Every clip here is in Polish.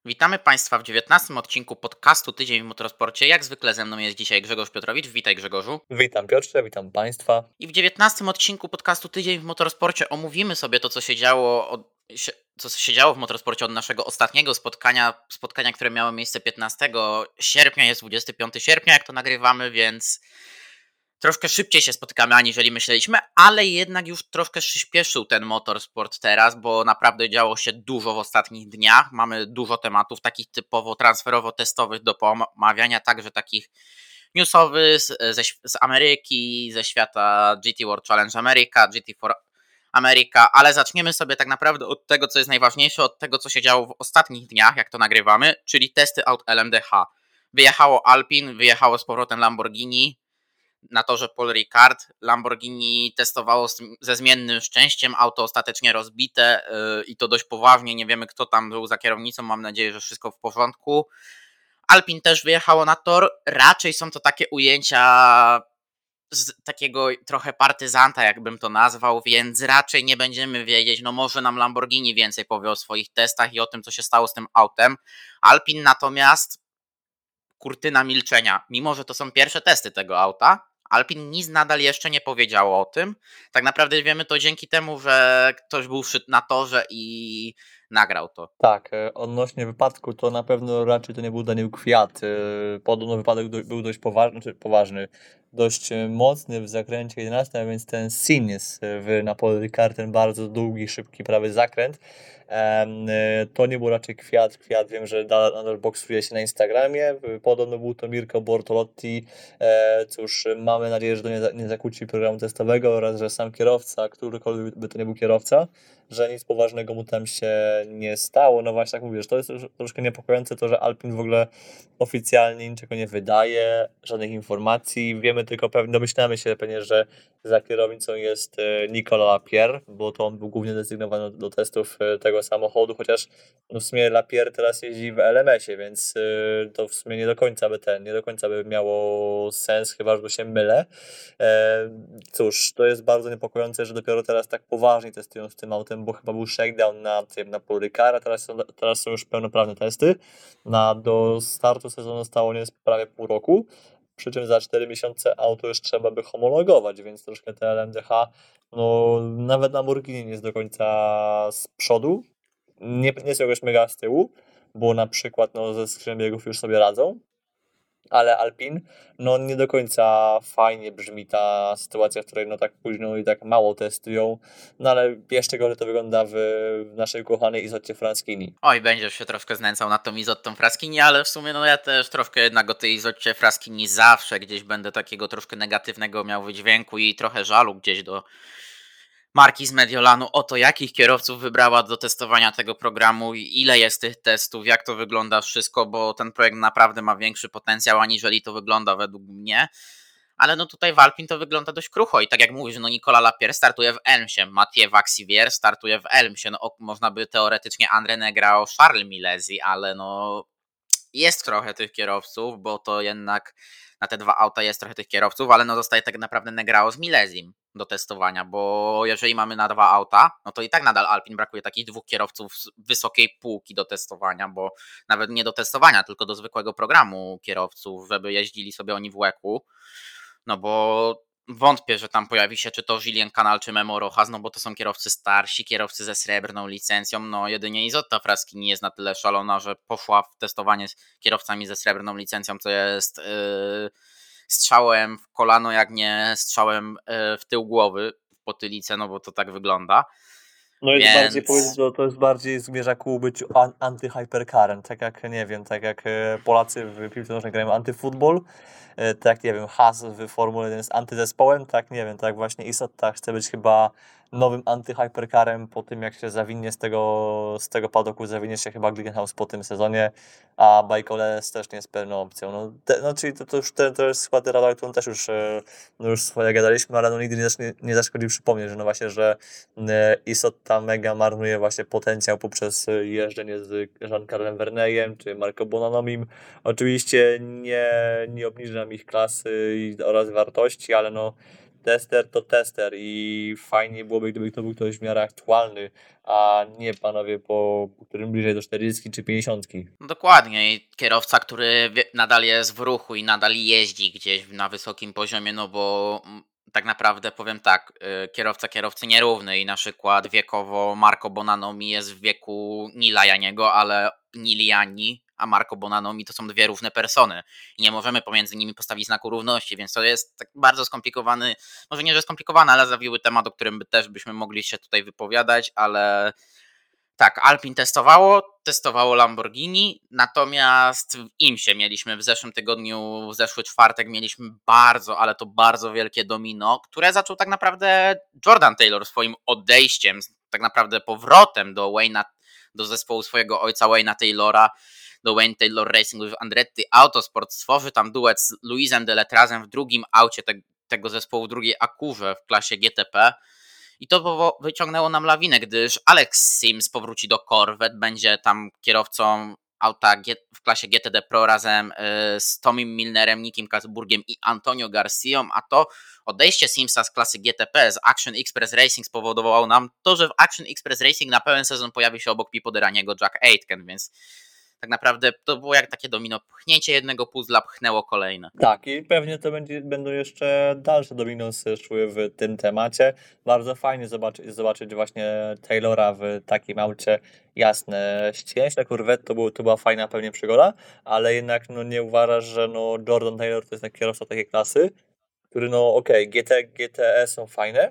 Witamy Państwa w 19 odcinku podcastu Tydzień w Motorsporcie. Jak zwykle ze mną jest dzisiaj Grzegorz Piotrowicz. Witaj, Grzegorzu. Witam Piotrze, witam Państwa. I w 19 odcinku podcastu Tydzień w Motorsporcie omówimy sobie to, co się działo w motorsporcie od naszego ostatniego spotkania, które miało miejsce 15 sierpnia, jest 25 sierpnia, jak to nagrywamy, więc troszkę szybciej się spotykamy, aniżeli myśleliśmy, ale jednak już troszkę przyspieszył ten motorsport teraz, bo naprawdę działo się dużo w ostatnich dniach. Mamy dużo tematów takich typowo transferowo-testowych do pomawiania, także takich newsowych z Ameryki, ze świata GT World Challenge America, GT4 America, ale zaczniemy sobie tak naprawdę od tego, co jest najważniejsze, od tego, co się działo w ostatnich dniach, jak to nagrywamy, czyli testy aut LMDH. Wyjechało Alpine, wyjechało z powrotem Lamborghini, na torze Paul Ricard. Lamborghini testowało ze zmiennym szczęściem, auto ostatecznie rozbite i to dość poważnie, nie wiemy kto tam był za kierownicą, mam nadzieję, że wszystko w porządku. Alpine też wyjechało na tor, raczej są to takie ujęcia z takiego trochę partyzanta, jakbym to nazwał, więc raczej nie będziemy wiedzieć, no może nam Lamborghini więcej powie o swoich testach i o tym, co się stało z tym autem. Alpine natomiast kurtyna milczenia, mimo że to są pierwsze testy tego auta, Alpine nic nadal jeszcze nie powiedziało o tym. Tak naprawdę wiemy to dzięki temu, że ktoś był na torze i nagrał to. Tak, odnośnie wypadku to na pewno raczej to nie był Daniel Kwiat. Podobno wypadek był dość poważny, dość mocny w zakręcie 11, a więc ten sin jest na Paul Ricard, ten bardzo długi, szybki prawy zakręt. To nie był raczej Kwiat, wiem, że nadal boksuje się na Instagramie, podobno był to Mirko Bortolotti. Cóż, mamy nadzieję, że to nie zakłóci programu testowego oraz, że sam kierowca, którykolwiek by to nie był kierowca, że nic poważnego mu tam się nie stało. No właśnie, jak mówisz, to jest troszkę niepokojące to, że Alpine w ogóle oficjalnie niczego nie wydaje, żadnych informacji. Wiemy tylko domyślamy się pewnie, że za kierownicą jest Nicolas Lapierre, bo to on był głównie desygnowany do testów tego samochodu, chociaż no w sumie Lapierre teraz jeździ w LMS-ie, więc to w sumie nie do końca by miało sens, chyba że się mylę. Cóż, to jest bardzo niepokojące, że dopiero teraz tak poważnie testują z tym autem, bo chyba był shakedown na Paul Ricard, teraz są już pełnoprawne testy. Do startu sezonu zostało prawie pół roku, przy czym za 4 miesiące auto już trzeba by homologować, więc troszkę te LMDH, no nawet Lamborghini nie jest do końca z przodu, nie są jakoś mega z tyłu, bo na przykład ze skrzynią biegów już sobie radzą, ale Alpine, no nie do końca fajnie brzmi ta sytuacja, w której tak późno i tak mało testują, no ale jeszcze gorzej to wygląda w naszej ukochanej Izotcie Fraschini. Oj, będziesz się troszkę znęcał nad tą Izottą Fraschini, ale w sumie ja też troszkę jednak o tej Izotcie Fraschini zawsze gdzieś będę takiego troszkę negatywnego miał wydźwięku i trochę żalu gdzieś do marki z Mediolanu o to, jakich kierowców wybrała do testowania tego programu i ile jest tych testów, jak to wygląda wszystko, bo ten projekt naprawdę ma większy potencjał, aniżeli to wygląda według mnie. Ale tutaj w Alpine to wygląda dość krucho i tak jak mówisz, Nicolas Lapierre startuje w Elmsie, Mathieu Vaxivière startuje w Elmsie, można by teoretycznie André Negrao, Charles Milesi, ale jest trochę tych kierowców, bo to jednak na te dwa auta jest trochę tych kierowców, ale zostaje tak naprawdę Negrao z Milesim do testowania, bo jeżeli mamy na dwa auta, no to i tak nadal Alpine brakuje takich dwóch kierowców z wysokiej półki do testowania, bo nawet nie do testowania, tylko do zwykłego programu kierowców, żeby jeździli sobie oni w łeku, no bo wątpię, że tam pojawi się czy to Julien Canal, czy Memo Rojas, bo to są kierowcy starsi, kierowcy ze srebrną licencją, jedynie Izotta Fraschini jest na tyle szalona, że poszła w testowanie z kierowcami ze srebrną licencją, co jest strzałem w kolano, jak nie strzałem w tył głowy, w potylicę, bo to tak wygląda. No jest bardziej, to jest bardziej zmierza ku byciu anty-hypercarem, tak jak, nie wiem, tak jak Polacy w piłce nożnej grają antyfutbol, tak, nie wiem, Haas w Formule 1 jest antyzespołem, tak, nie wiem, tak właśnie Isotta chce być chyba nowym anty-hypercarem po tym, jak się zawinie z tego padoku, zawinie się chyba Glickenhaus po tym sezonie, a Bajkoles też nie jest pewną opcją. Czyli to jest skład Radar, którą też już swoje gadaliśmy, ale nigdy nie zaszkodzi przypomnieć, że właśnie, że Isotta mega marnuje właśnie potencjał poprzez jeżdżenie z Jean-Carlem Verneyem czy Marco Bonanomim. Oczywiście nie obniżam ich klasy oraz wartości, ale tester to tester i fajnie byłoby, gdyby to był ktoś w miarę aktualny, a nie panowie po którym bliżej do 40 czy 50. No dokładnie, i kierowca, który nadal jest w ruchu i nadal jeździ gdzieś na wysokim poziomie, no bo tak naprawdę powiem tak, kierowca kierowcy nierówny i na przykład wiekowo Marco Bonanomi jest w wieku Nila Janiego, ale Nil Jani a Marco Bonanomi to są dwie równe persony i nie możemy pomiędzy nimi postawić znaku równości, więc to jest tak bardzo skomplikowany, może nie, że skomplikowany, ale zawiły temat, o którym też byśmy mogli się tutaj wypowiadać, ale tak, Alpine testowało Lamborghini, natomiast w IMSie mieliśmy w zeszłym tygodniu, w zeszły czwartek mieliśmy bardzo, ale to bardzo wielkie domino, które zaczął tak naprawdę Jordan Taylor swoim odejściem, tak naprawdę powrotem do zespołu swojego ojca Wayne'a Taylora, do Wayne Taylor Racing with Andretti Autosport, stworzy tam duet z Luisem Deletrazem w drugim aucie tego zespołu, w drugiej Acurze w klasie GTP. I to wyciągnęło nam lawinę, gdyż Alex Sims powróci do Corvette, będzie tam kierowcą auta w klasie GTD Pro razem z Tommym Milnerem, Nickiem Kasburgiem i Antonio Garcią, a to odejście Simsa z klasy GTP z Action Express Racing spowodowało nam to, że w Action Express Racing na pełen sezon pojawił się obok Pipo Deraniego Jack Aitken, więc tak naprawdę to było jak takie domino, pchnięcie jednego puzzla pchnęło kolejne. Tak, i pewnie to będą jeszcze dalsze dominosy szły w tym temacie. Bardzo fajnie zobaczyć właśnie Taylora w takim aucie. Jasne, ścieżka Corvette to była fajna pewnie przygoda, ale jednak no, nie uważasz, że no, Jordan Taylor to jest taki kierowca takiej klasy, który no okej, GTE są fajne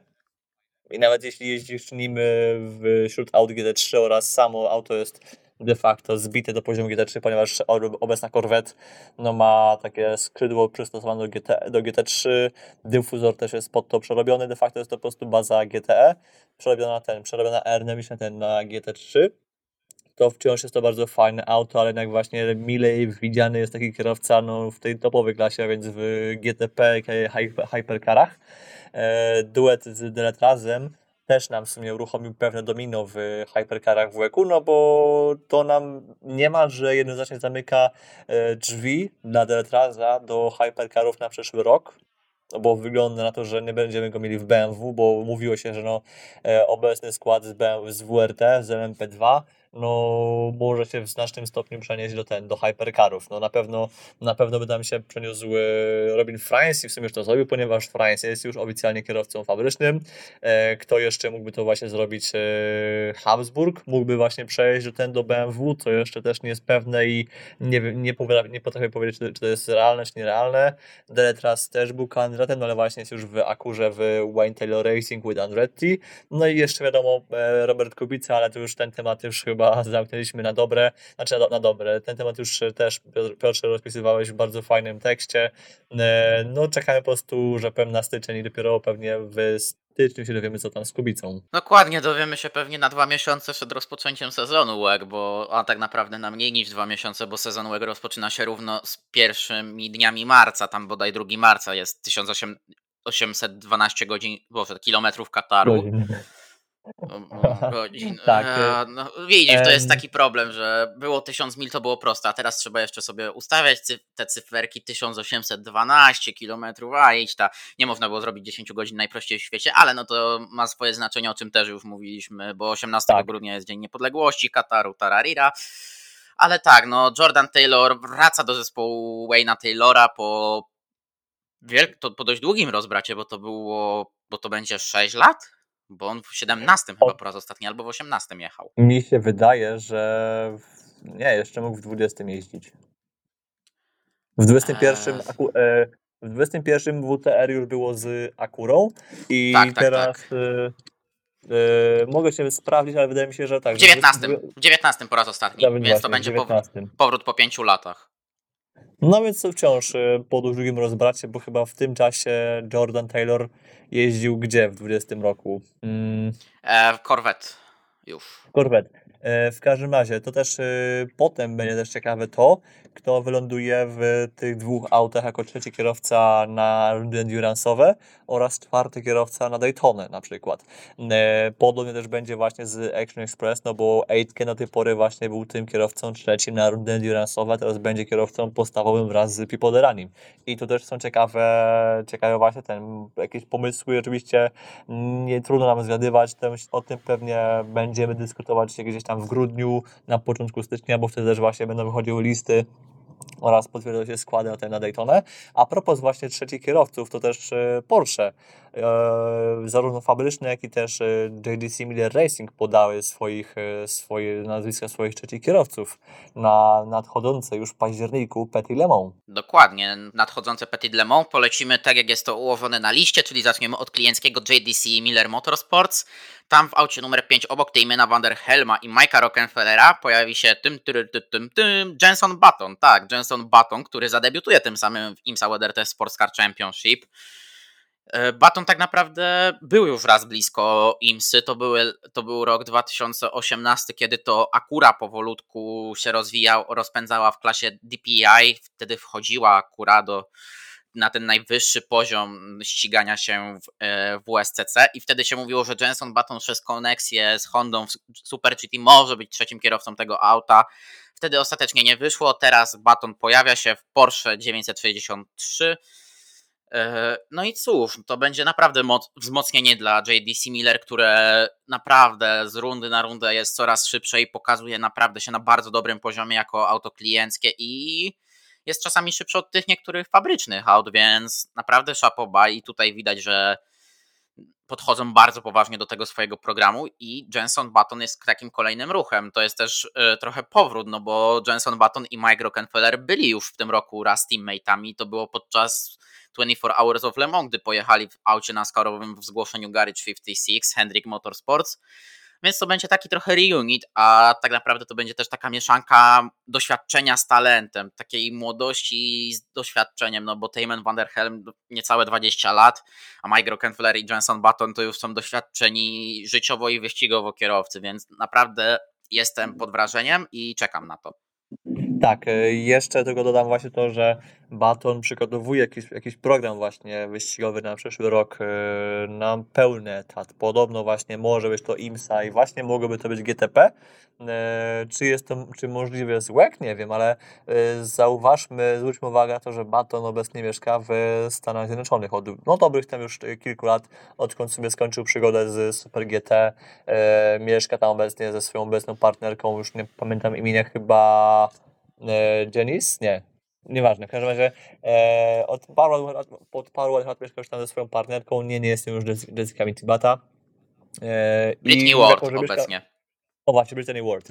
i nawet jeśli jeździsz nim wśród aut GT3 oraz samo auto jest de facto zbite do poziomu GT3, ponieważ obecna Corvette no, ma takie skrzydło przystosowane do GT3, dyfuzor też jest pod to przerobiony, de facto jest to po prostu baza GTE, przerobiona aerodynamicznie na GT3. To wciąż jest to bardzo fajne auto, ale jednak właśnie milej widziany jest taki kierowca no, w tej topowej klasie, a więc w GTP, hypercarach. Duet z Deletrazem też nam w sumie uruchomił pewne domino w hypercarach WEC-u, no bo to nam niemalże jednoznacznie zamyka drzwi dla Deletraza do hypercarów na przyszły rok. No bo wygląda na to, że nie będziemy go mieli w BMW, bo mówiło się, że no, obecny skład z WRT, z LMP2 no, może się w znacznym stopniu przenieść do hypercarów. No, na pewno by tam się przeniósł Robin Freins i w sumie już to zrobił, ponieważ Freins jest już oficjalnie kierowcą fabrycznym. Kto jeszcze mógłby to właśnie zrobić? Habsburg mógłby właśnie przejść do BMW, co jeszcze też nie jest pewne i nie potrafię powiedzieć, czy to jest realne, czy nierealne. Deletraz też był kandydatem, no ale właśnie jest już w Acurze w Wayne Taylor Racing with Andretti. No i jeszcze wiadomo Robert Kubica, ale to już ten temat już chyba zamknęliśmy na dobre. Znaczy na dobre. Ten temat już też Piotrze rozpisywałeś w bardzo fajnym tekście. No czekamy po prostu, że pewnie na styczeń i dopiero pewnie w styczniu się dowiemy, co tam z Kubicą. Dokładnie, dowiemy się pewnie na 2 miesiące przed rozpoczęciem sezonu WEC, a tak naprawdę na mniej niż 2 miesiące, bo sezon WEC rozpoczyna się równo z pierwszymi dniami marca, tam bodaj 2 marca jest 1812 kilometrów Kataru. Godzin. Tak. No, widzisz, to jest taki problem, że było 1000 mil, to było proste, a teraz trzeba jeszcze sobie ustawiać te cyferki 1812 km, a idź ta. Nie można było zrobić 10 godzin najprościej w świecie, ale no to ma swoje znaczenie, o czym też już mówiliśmy, bo 18 grudnia jest Dzień Niepodległości Kataru, tararira. Ale tak, no Jordan Taylor wraca do zespołu Wayne'a Taylora po dość długim rozbracie, bo to będzie 6 lat? Bo on w 17 chyba po raz ostatni, albo w 18 jechał. Mi się wydaje, że jeszcze mógł w 20 jeździć. W 21 WTR już było z Acurą i teraz mogę się sprawdzić, ale wydaje mi się, że tak. W 19 po raz ostatni, więc to będzie powrót po 5 latach. No więc to wciąż po długim rozbracie, bo chyba w tym czasie Jordan Taylor jeździł gdzie w 20 roku? Corvette już. Corvette. W każdym razie, to też potem będzie też ciekawe to, kto wyląduje w tych dwóch autach jako trzeci kierowca na rundy endurance'owe oraz czwarty kierowca na Daytonę na przykład. Podobnie też będzie właśnie z Action Express, no bo Aitken do tej pory właśnie był tym kierowcą trzecim na rundy endurance'owe, teraz będzie kierowcą podstawowym wraz z Pipoderanim. I tu też są ciekawe właśnie jakieś pomysły, oczywiście nie trudno nam zgadywać, o tym pewnie będziemy dyskutować gdzieś tam w grudniu, na początku stycznia, bo wtedy też właśnie będą wychodziły listy oraz potwierdzają się składy na Daytonę. A propos właśnie trzecich kierowców, to też Porsche, zarówno fabryczne, jak i też JDC Miller Racing podały swoje nazwiska swoich trzecich kierowców na nadchodzące już w październiku Petit Le Mans. Dokładnie, nadchodzące Petit Le Mans polecimy tak, jak jest to ułożone na liście, czyli zaczniemy od klienckiego JDC Miller Motorsports. Tam w aucie numer 5 obok Tejmana van der Helma i Mike'a Rockenfellera pojawi się Jenson Button. Tak, Jenson Button, który zadebiutuje tym samym w IMSA WeatherTech Sports Car Championship. Button tak naprawdę był już raz blisko IMSY, to był rok 2018, kiedy to Acura powolutku się rozpędzała w klasie DPI, wtedy wchodziła Acura na ten najwyższy poziom ścigania się w WSCC i wtedy się mówiło, że Jenson Button przez koneksję z Hondą w Super GT może być trzecim kierowcą tego auta. Wtedy ostatecznie nie wyszło, teraz Button pojawia się w Porsche 963. No i cóż, to będzie naprawdę wzmocnienie dla JDC Miller, które naprawdę z rundy na rundę jest coraz szybsze i pokazuje naprawdę się na bardzo dobrym poziomie jako auto klienckie i jest czasami szybsze od tych niektórych fabrycznych aut, więc naprawdę chapeau bas i tutaj widać, że podchodzą bardzo poważnie do tego swojego programu i Jenson Button jest takim kolejnym ruchem. To jest też trochę powrót, no bo Jenson Button i Mike Rockenfeller byli już w tym roku raz teammate'ami. To było podczas 24 Hours of Le Mans, gdy pojechali w aucie NASCAR-owym w zgłoszeniu Garage 56, Hendrick Motorsports. Więc to będzie taki trochę reunit, a tak naprawdę to będzie też taka mieszanka doświadczenia z talentem, takiej młodości z doświadczeniem, no bo Tejman van der Helm niecałe 20 lat, a Mike Rockenfeller i Jenson Button to już są doświadczeni życiowo i wyścigowo kierowcy, więc naprawdę jestem pod wrażeniem i czekam na to. Tak, jeszcze tylko dodam właśnie to, że Baton przygotowuje jakiś program właśnie wyścigowy na przyszły rok na pełny etat. Podobno właśnie może być to IMSA i właśnie mogłoby to być GTP. Czy możliwy jest WEC? Nie wiem, ale zwróćmy uwagę na to, że Baton obecnie mieszka w Stanach Zjednoczonych od dobrych tam już kilku lat, odkąd sobie skończył przygodę z Super GT. Mieszka tam obecnie ze swoją obecną partnerką, już nie pamiętam imienia, chyba Janice? Nie. Nieważne, w każdym razie od paru lat mieszkam już tam ze swoją partnerką, nie jestem już Jessica Mitibata. Britney Ward obecnie. O właśnie, Brittany Ward.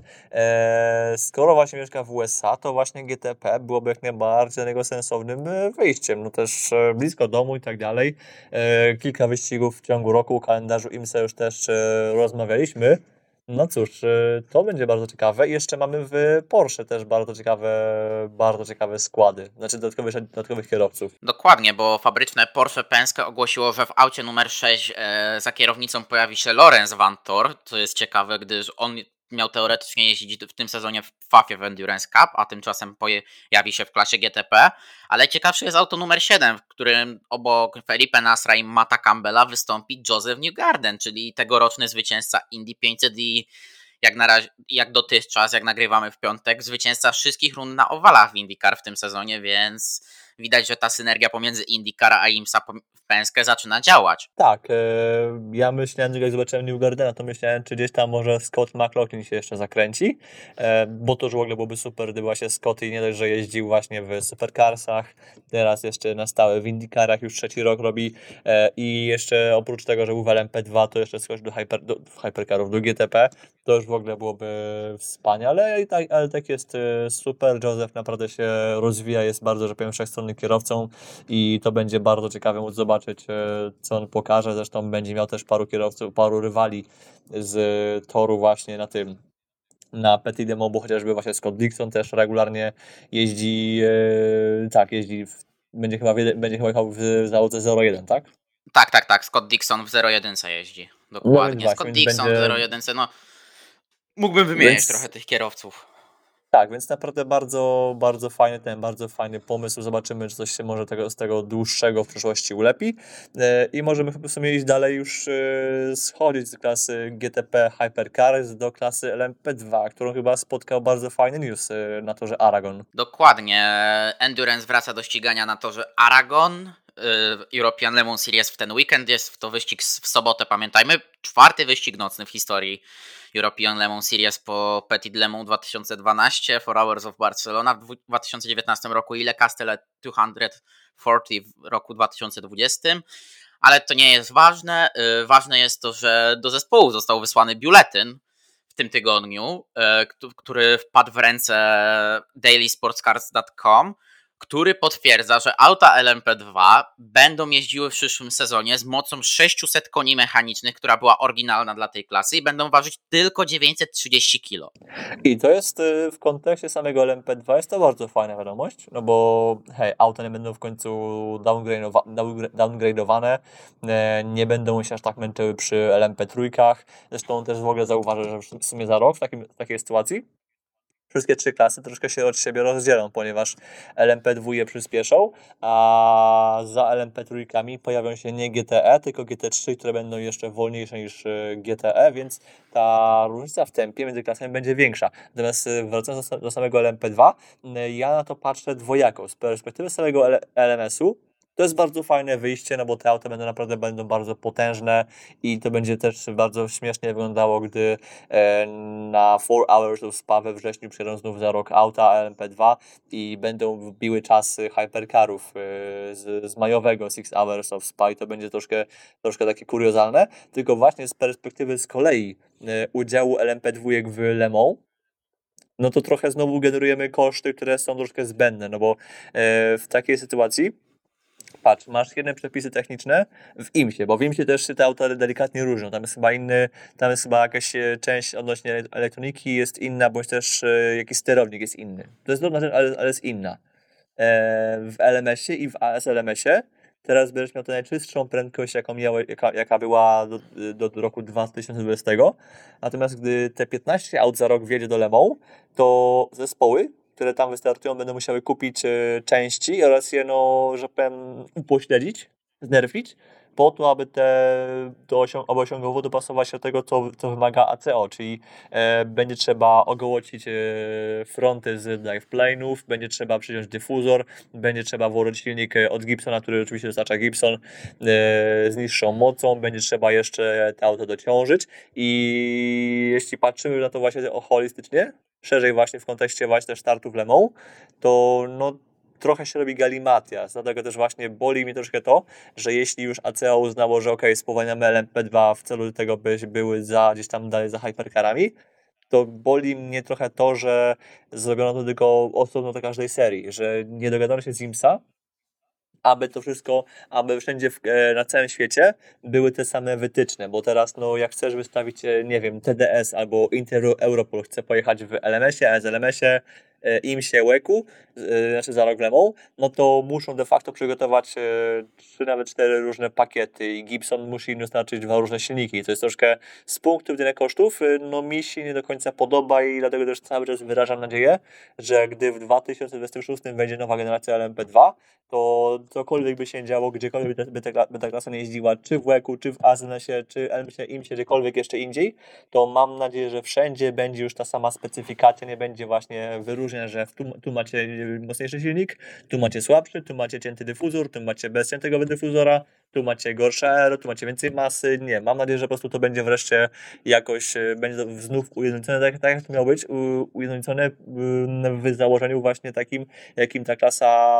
Skoro właśnie mieszka w USA, to właśnie GTP byłoby jak najbardziej dla niego sensownym wyjściem. No też blisko domu i tak dalej. Kilka wyścigów w ciągu roku, kalendarzu IMSA już też rozmawialiśmy. No cóż, to będzie bardzo ciekawe. I jeszcze mamy w Porsche też bardzo ciekawe składy, znaczy dodatkowych kierowców. Dokładnie, bo fabryczne Porsche Penske ogłosiło, że w aucie numer 6 za kierownicą pojawi się Lorenz Vanthoor, co jest ciekawe, gdyż on miał teoretycznie jeździć w tym sezonie w FAF-ie w Endurance Cup, a tymczasem pojawi się w klasie GTP, ale ciekawszy jest auto numer 7, w którym obok Felipe Nasra i Matta Campbella wystąpi Joseph Newgarden, czyli tegoroczny zwycięzca Indy 500 i jak dotychczas, jak nagrywamy w piątek, zwycięzca wszystkich rund na owalach w IndyCar w tym sezonie, więc widać, że ta synergia pomiędzy IndyCar a IMSA w Penske zaczyna działać. Tak, ja myślałem, że jak zobaczyłem Newgardena, to myślałem, czy gdzieś tam może Scott McLaughlin się jeszcze zakręci, bo to już w ogóle byłoby super, gdyby właśnie Scott i nie dość, że jeździł właśnie w Supercarsach, teraz jeszcze na stałe w IndyCarach, już trzeci rok robi i jeszcze oprócz tego, że był w LMP2, to jeszcze skoczył do Hypercarów, do GTP, to już w ogóle byłoby wspaniale, ale tak jest super. Joseph naprawdę się rozwija, jest bardzo, że powiem, wszechstronnym kierowcą i to będzie bardzo ciekawe móc zobaczyć, co on pokaże. Zresztą będzie miał też paru kierowców, paru rywali z toru właśnie na Petit Le Mans, bo chociażby właśnie Scott Dixon też regularnie jeździ, będzie chyba jechał w załodze 0-1, tak? Tak, Scott Dixon w 0-1 jeździ. Dokładnie. No Scott Dixon w 0-1, no Mógłbym wymieniać trochę Więc tych kierowców. tak, więc naprawdę bardzo, bardzo fajny pomysł. Zobaczymy, czy coś się może z tego dłuższego w przyszłości ulepi. I możemy w sumie iść dalej już schodzić z klasy GTP Hypercars do klasy LMP2, którą chyba spotkał bardzo fajny news na torze Aragon. Dokładnie. Endurance wraca do ścigania na torze Aragon. European Le Mans Series w ten weekend. Jest to wyścig w sobotę, pamiętajmy. 4. wyścig nocny w historii European Le Mans Series po Petit Le Mans 2012, 4 Hours of Barcelona w 2019 roku i Le Castellet 240 w roku 2020. Ale to nie jest ważne. Ważne jest to, że do zespołu został wysłany biuletyn w tym tygodniu, który wpadł w ręce dailysportscars.com, który potwierdza, że auta LMP2 będą jeździły w przyszłym sezonie z mocą 600 koni mechanicznych, która była oryginalna dla tej klasy, i będą ważyć tylko 930 kg. I to jest w kontekście samego LMP2 jest to bardzo fajna wiadomość, no bo hej, auta nie będą w końcu downgrade'owane, nie będą się aż tak męczyły przy LMP3. Zresztą też w ogóle zauważę, że w sumie za rok w takiej sytuacji wszystkie 3 klasy troszkę się od siebie rozdzielą, ponieważ LMP2 przyspieszą, a za LMP3 pojawią się nie GTE, tylko GT3, które będą jeszcze wolniejsze niż GTE, więc ta różnica w tempie między klasami będzie większa. Natomiast wracając do samego LMP2, ja na to patrzę dwojako. Z perspektywy samego LMS-u to jest bardzo fajne wyjście, no bo te auta będą bardzo potężne i to będzie też bardzo śmiesznie wyglądało, gdy na 4 Hours of Spa we wrześniu przyjadą znów za rok auta LMP2 i będą biły czasy hypercarów z majowego 6 Hours of Spa, i to będzie troszkę takie kuriozalne, tylko właśnie z perspektywy z kolei udziału LMP2 w Le Mans, no to trochę znowu generujemy koszty, które są troszkę zbędne, no bo w takiej sytuacji patrz, masz jedne przepisy techniczne w IMSie, bo w IMSie też się te auta delikatnie różnią. Tam jest chyba jakaś część odnośnie elektroniki jest inna, bądź też jakiś sterownik jest inny. To jest dobra rzecz, ale jest inna. W LMS-ie i w AS LMS-ie teraz będziesz miał tę najczystszą prędkość, jaka była do roku 2020. Natomiast gdy te 15 aut za rok wjedzie do Le Mans, to zespoły, które tam wystartują, będą musiały kupić części oraz je, no, że powiem, upośledzić, znerfić, po to, aby osiągowo dopasować się do tego, co wymaga ACO, czyli będzie trzeba ogołocić fronty z drive plane'ów, będzie trzeba przyciąć dyfuzor, będzie trzeba włożyć silnik od Gibsona, który oczywiście dostarcza Gibson z niższą mocą, będzie trzeba jeszcze te auto dociążyć, i jeśli patrzymy na to właśnie holistycznie, szerzej właśnie w kontekście właśnie też startów Le Mans, to no trochę się robi galimatias. Dlatego też właśnie boli mnie troszkę to, że jeśli już ACO uznało, że spowalniamy LMP2 w celu tego, by były gdzieś tam dalej za hypercarami, to boli mnie trochę to, że zrobiono to tylko osobno do każdej serii, że nie dogadano się z IMSA, aby to wszystko, aby wszędzie na całym świecie były te same wytyczne, bo teraz no jak chcesz wystawić, nie wiem, TDS albo Inter Europol chce pojechać w LMS-ie, LMS-ie, IMSie, WEC-u, znaczy za rok w Le Mans, no to muszą de facto przygotować 3, nawet 4 różne pakiety i Gibson musi im dostarczyć 2 różne silniki. To jest troszkę z punktu widzenia kosztów, no mi się nie do końca podoba, i dlatego też cały czas wyrażam nadzieję, że gdy w 2026 wejdzie nowa generacja LMP2, to cokolwiek by się działo, gdziekolwiek by ta klasa nie jeździła, czy w WEC-u, czy w ASLS-ie, czy LMS-ie, IMSie, gdziekolwiek jeszcze indziej, to mam nadzieję, że wszędzie będzie już ta sama specyfikacja, nie będzie właśnie wyróżnień, że tu macie mocniejszy silnik, tu macie słabszy, tu macie cięty dyfuzor, tu macie bez ciętego dyfuzora, tu macie gorsze aero, tu macie więcej masy. Nie, mam nadzieję, że po prostu to będzie wreszcie jakoś, będzie to znów ujednolicone, tak jak to miało być, ujednolicone w założeniu właśnie takim, jakim ta klasa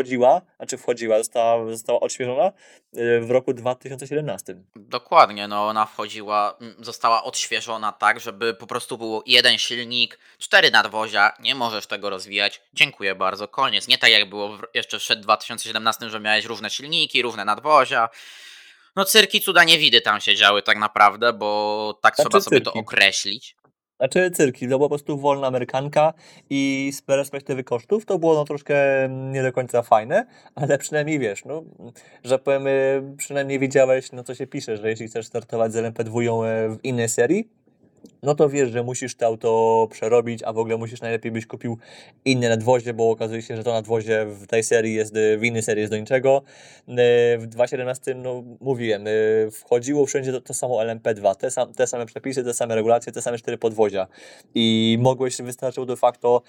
została odświeżona w roku 2017. Dokładnie, no ona została odświeżona tak, żeby po prostu było jeden silnik, 4 nadwozia, nie możesz tego rozwijać, dziękuję bardzo, koniec. Nie tak jak było jeszcze przed 2017, że miałeś różne silniki, różne nadwozia. No cyrki, cuda niewidy tam się działy tak naprawdę, bo tak trzeba sobie to określić. Znaczy cyrki, to była po prostu wolna amerykanka i z perspektywy kosztów to było no troszkę nie do końca fajne, ale przynajmniej wiesz, no, że powiem, przynajmniej wiedziałeś, no co się pisze, że jeśli chcesz startować z LMP2 w innej serii, no to wiesz, że musisz to auto przerobić, a w ogóle musisz najlepiej byś kupił inne nadwozie, bo okazuje się, że to nadwozie w tej serii jest, w innej serii jest do niczego. W 2.17, no mówiłem, wchodziło wszędzie to samo LMP2, te same przepisy, te same regulacje, te same 4 podwozia i wystarczyło de facto,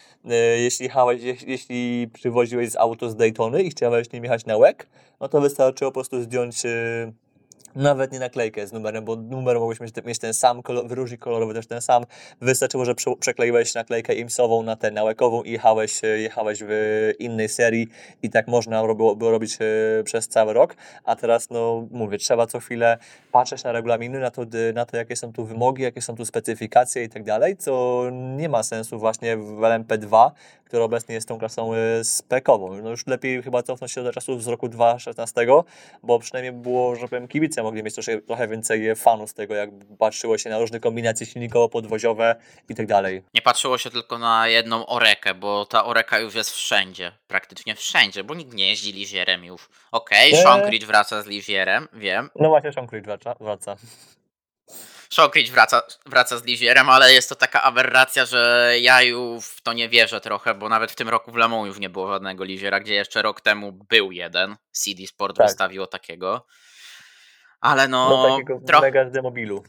jeśli przywoziłeś z auto z Daytony i chciałeś nim jechać na łek, no to wystarczyło po prostu zdjąć nawet nie naklejkę z numerem, bo numer mogłeś mieć ten sam, wyróżnik kolorowy też ten sam. Wystarczyło, że przekleiłeś naklejkę IMS-ową na tę nałekową i jechałeś w innej serii i tak można było robić przez cały rok. A teraz, no mówię, trzeba co chwilę patrzeć na regulaminy, na to jakie są tu wymogi, jakie są tu specyfikacje i tak dalej, co nie ma sensu właśnie w LMP2, który obecnie jest tą klasą spekową. No już lepiej chyba cofnąć się do czasów z roku 2016, bo przynajmniej było, że powiem, kibice mogli mieć trochę więcej fanów z tego, jak patrzyło się na różne kombinacje silnikowo-podwoziowe i tak dalej. Nie patrzyło się tylko na jedną Orekę, bo ta Oreka już jest wszędzie. Praktycznie wszędzie, bo nikt nie jeździ Ligierem już. Okej, Shonkrich wraca z Ligierem, wiem. No właśnie, Shonkrich wraca. Shonkrich wraca z Ligierem, ale jest to taka aberracja, że ja już w to nie wierzę trochę, bo nawet w tym roku w Le Mans już nie było żadnego Ligiera, gdzie jeszcze rok temu był jeden. CD Sport Tak. wystawiło takiego. Ale No takiego mega z demobilu.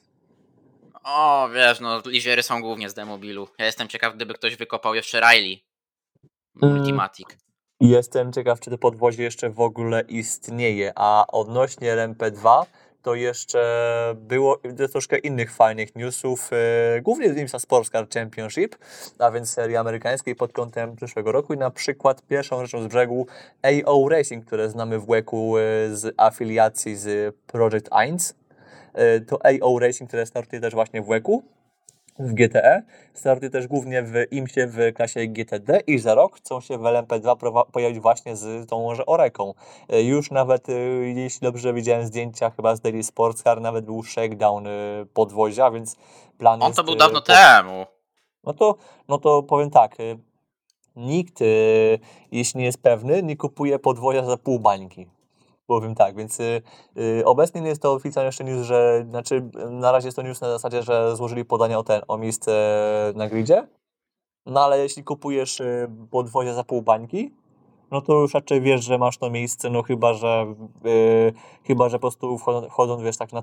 O, wiesz, no Ligiery są głównie z demobilu. Ja jestem ciekaw, gdyby ktoś wykopał jeszcze Riley Multimatic. Jestem ciekaw, czy to podwozie jeszcze w ogóle istnieje, a odnośnie LMP2 to jeszcze było troszkę innych fajnych newsów, głównie z IMSA Sports Car Championship, a więc serii amerykańskiej pod kątem przyszłego roku i na przykład pierwszą rzeczą z brzegu AO Racing, które znamy w WEC-u z afiliacji z Project 1. To AO Racing, które startuje też właśnie w WEC-u, w GTE, startuje też głównie w IMSie w klasie GTD i za rok chcą się w LMP2 pojawić właśnie z tą może Oreką. Już nawet, jeśli dobrze widziałem zdjęcia chyba z Daily Sports Car, nawet był shakedown podwozia, więc plan On jest... to był dawno temu. No to powiem tak, nikt, jeśli nie jest pewny, nie kupuje podwozia za pół bańki. Powiem tak, więc obecnie nie jest to oficjalnie jeszcze news, na razie jest to news na zasadzie, że złożyli podanie o miejsce na gridzie, no ale jeśli kupujesz podwozie za pół bańki, no to już raczej wiesz, że masz to miejsce, no chyba, że po prostu wchodzą wiesz, tak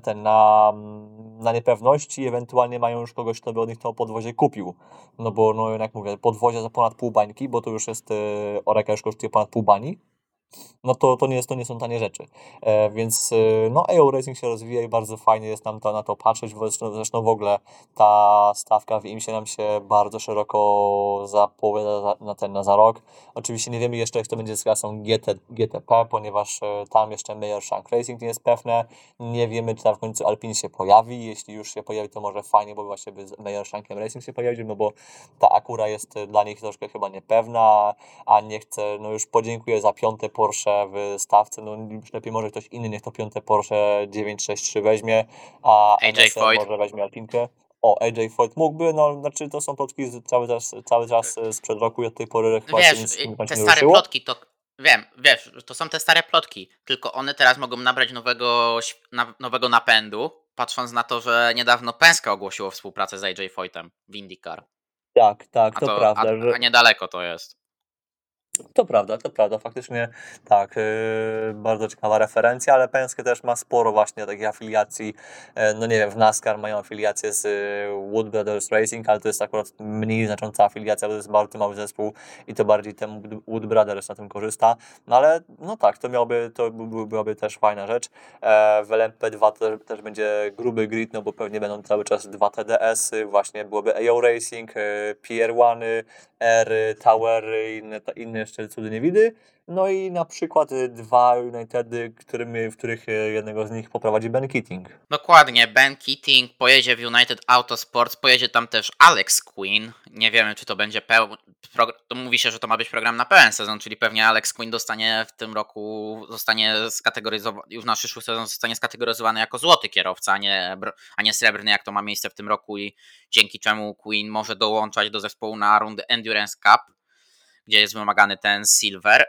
na niepewności, ewentualnie mają już kogoś, kto by od nich to podwozie kupił, no bo, no jak mówię, podwozie za ponad pół bańki, bo to już jest, Oreka już kosztuje ponad pół bani, no to nie są tanie rzeczy. Więc no AO Racing się rozwija i bardzo fajnie jest nam na to patrzeć. Zresztą w ogóle ta stawka w IMSie nam się bardzo szeroko zapowiada na za rok. Oczywiście nie wiemy jeszcze, jak to będzie z klasą GTP, ponieważ tam jeszcze Meyer Shank Racing nie jest pewne. Nie wiemy, czy tam w końcu Alpine się pojawi. Jeśli już się pojawi, to może fajnie, bo właśnie by z Meyer Shankiem Racing się pojawił, no bo ta Acura jest dla nich troszkę chyba niepewna, a nie chcę, no już podziękuję za piąte Porsche w stawce, no już lepiej może ktoś inny niech to piąte Porsche 963 weźmie, a AJ MSR Foyt. może weźmie Alpinkę. O, AJ Foyt mógłby, no znaczy to są plotki cały czas sprzed roku i od tej pory chyba się Wiesz, nic te nie stare ruszyło. plotki to... Wiem, wiesz, to są te stare plotki, tylko one teraz mogą nabrać nowego napędu, patrząc na to, że niedawno Penske ogłosiło współpracę z AJ Foytem w IndyCar. Tak, to prawda, A niedaleko to jest. To prawda, faktycznie tak, bardzo ciekawa referencja, ale Penske też ma sporo właśnie takich afiliacji, no nie wiem, w NASCAR mają afiliację z Wood Brothers Racing, ale to jest akurat mniej znacząca afiliacja, bo to jest bardzo mały zespół i to bardziej ten Wood Brothers na tym korzysta, no ale no tak, byłaby też fajna rzecz. W LMP2 też będzie gruby grid, no bo pewnie będą cały czas 2 TDS-y, właśnie byłoby AO Racing, PR1, R, Tower, inne jeszcze cudy niewidy. No i na przykład 2 Unitedy, w których jednego z nich poprowadzi Ben Keating. Dokładnie, Ben Keating pojedzie w United Autosports, pojedzie tam też Alex Quinn. Nie wiemy, czy to będzie to mówi się, że to ma być program na pełen sezon, czyli pewnie Alex Quinn dostanie w tym roku, zostanie skategoryzowany, już na przyszły sezon zostanie skategoryzowany jako złoty kierowca, a nie srebrny, jak to ma miejsce w tym roku i dzięki czemu Quinn może dołączać do zespołu na rundę Endurance Cup, gdzie jest wymagany ten silver.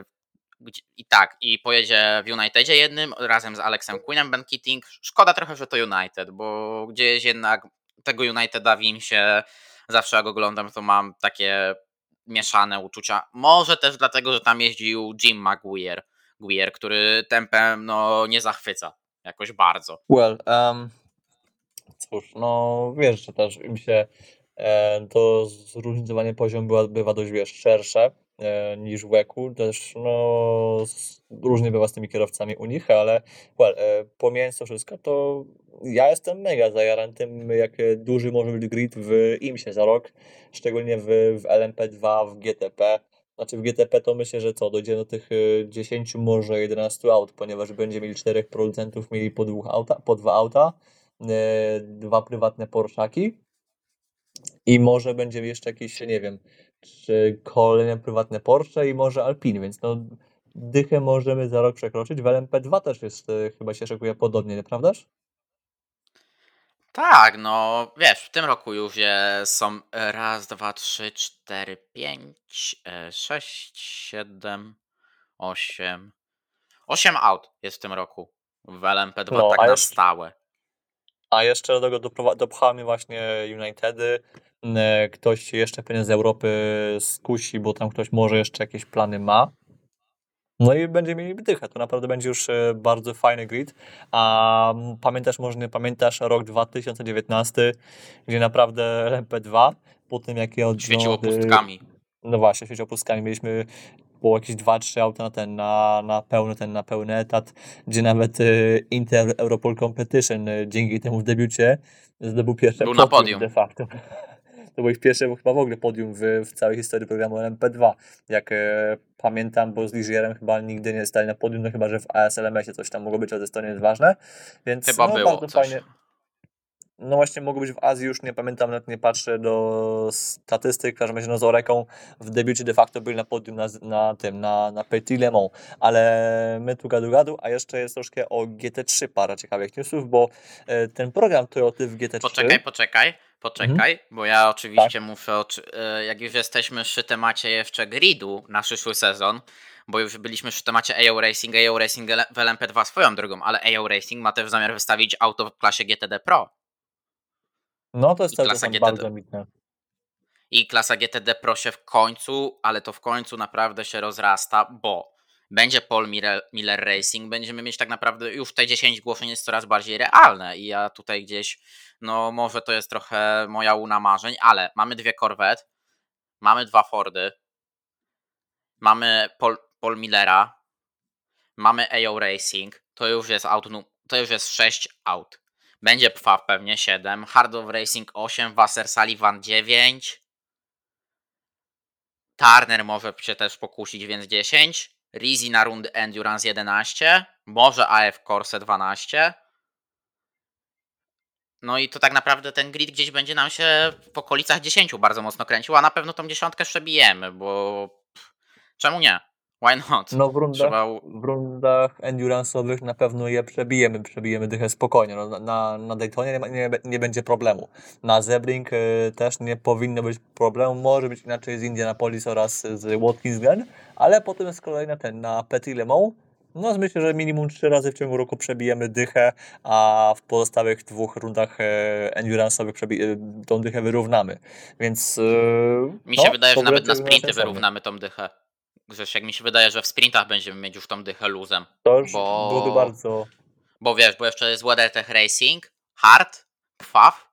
I pojedzie w Unitedzie jednym razem z Alexem Quinnem Ben Keating. Szkoda trochę, że to United, bo gdzieś jednak tego Uniteda w Imsie, zawsze jak oglądam, to mam takie mieszane uczucia. Może też dlatego, że tam jeździł Jim Maguire, który tempem no nie zachwyca jakoś bardzo. Well, cóż, no wiesz, że też im się to zróżnicowanie poziomu bywa dość, wiesz, szersze niż w WEC-u. Też no różnie bywa z tymi kierowcami u nich, ale pomijając to wszystko, to ja jestem mega zajarany tym, jak duży może być grid w IMSie za rok, szczególnie w LMP2, w GTP. Znaczy w GTP to myślę, że dojdzie do tych 10, może 11 aut, ponieważ będzie mieli 4 producentów, mieli po 2 auta, 2 prywatne Porszaki i może będzie jeszcze jakieś, nie wiem, czy kolejne prywatne Porsche i może Alpine, więc no dychę możemy za rok przekroczyć. W LMP2 też jest, chyba się szykuje podobnie, nieprawdaż? Tak, no wiesz, w tym roku już są raz, dwa, trzy, cztery, pięć, 6, 7, 8. 8 aut jest w tym roku w LMP2 No, tak na stałe. a jeszcze do tego dopchał mnie właśnie Unitedy. Ktoś się jeszcze pewnie z Europy skusi, bo tam ktoś może jeszcze jakieś plany ma. No i będziemy mieli dychę. To naprawdę będzie już bardzo fajny grid. A może nie pamiętasz rok 2019, gdzie naprawdę LMP2 po tym jak je Świeciło pustkami. no właśnie, świeciło pustkami. Mieliśmy było jakieś 2-3 auta na pełny etat, gdzie nawet Inter Europol Competition dzięki temu w debiucie zdobył pierwsze Był na podium podium. de facto. To było ich pierwsze chyba w ogóle podium w całej historii programu LMP2. Jak pamiętam, bo z Ligierem chyba nigdy nie stali na podium, no chyba, że w ASLMS-ie coś tam mogło być, ale to nie jest ważne. Więc Chyba no było bardzo coś. fajnie. No właśnie mogło być w Azji, już nie pamiętam, nawet nie patrzę do statystyk, w każdym razie no z Oreką w debiucie de facto byli na podium na Petit Le Mans, ale my tu gadu, a jeszcze jest troszkę o GT3 parę ciekawych newsów, bo ten program Toyoty w GT3... Poczekaj, bo ja oczywiście muszę, jak już jesteśmy przy temacie jeszcze gridu na przyszły sezon, bo już byliśmy przy temacie AO Racing w LMP2 swoją drogą, ale AO Racing ma też zamiar wystawić auto w klasie GTD Pro. No to jest I cały klasa czas GTD bardzo ambitne. I klasa GTD Pro się w końcu, ale to w końcu naprawdę się rozrasta, bo będzie Paul Miller Racing, będziemy mieć tak naprawdę już te 10 głoszeń jest coraz bardziej realne i ja tutaj gdzieś, no może to jest trochę moja łuna marzeń, ale mamy 2 Corvette, mamy 2 Fordy, mamy Paul Millera, mamy AO Racing, to już jest 6 aut. Będzie PFAF pewnie 7, Hard of Racing 8, Wasser Sullivan 9, Turner może się też pokusić, więc 10. Rizzi na rundę Endurance 11. Może AF Corse 12. No i to tak naprawdę ten grid gdzieś będzie nam się w okolicach 10 bardzo mocno kręcił, a na pewno tą 10 przebijemy, bo czemu nie? Why not? No w rundach endurance'owych na pewno je przebijemy dychę spokojnie. No, na Daytonie nie będzie problemu. Na Sebring też nie powinno być problemu. Może być inaczej z Indianapolis oraz z Watkins Glen, ale potem z kolei na Petit Le Mans. No myślę, że minimum 3 razy w ciągu roku przebijemy dychę, a w pozostałych 2 rundach endurance'owych tą dychę wyrównamy. Więc Mi się wydaje, że nawet na będzie sprinty sensownie. wyrównamy tą dychę. Jak mi się wydaje, że w sprintach będziemy mieć już tą dychę luzem. To już byłoby bardzo... Bo wiesz, bo jeszcze jest WeatherTech Racing, Hard, PFAF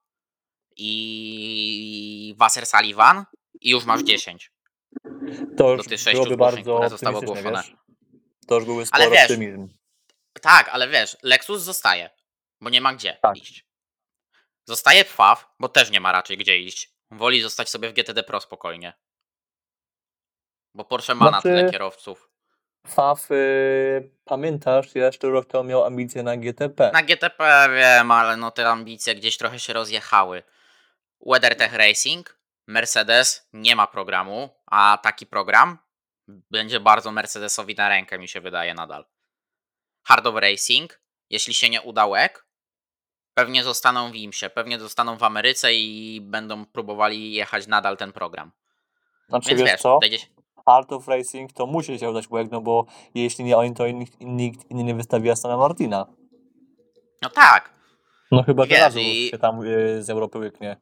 i Wasser Sullivan i już masz 10. To Do już tych 6 byłoby zgłoszeń, bardzo które zostały optymistyczne, ogłoszone. wiesz? To już byłby Ale spory wiesz, optymizm. tak, ale wiesz, Lexus zostaje, bo nie ma gdzie Tak. iść. Zostaje PFAF, bo też nie ma raczej gdzie iść. Woli zostać sobie w GTD Pro spokojnie. Bo Porsche ma na tyle kierowców. FAF, pamiętasz, jeszcze rok temu miał ambicje na GTP. Na GTP wiem, ale no te ambicje gdzieś trochę się rozjechały. WeatherTech Racing, Mercedes nie ma programu, a taki program będzie bardzo Mercedesowi na rękę, mi się wydaje nadal. Hard of Racing, jeśli się nie uda WEC, pewnie zostaną w IMSie, pewnie zostaną w Ameryce i będą próbowali jechać nadal ten program. Znaczy Więc wiesz co? Będzie... Art of Racing to musi się udać WEC, no bo jeśli nie oni, to nikt inny nie wystawi Astona Martina. No tak. No chyba, I że wiesz, Razów się tam z Europy łyknie.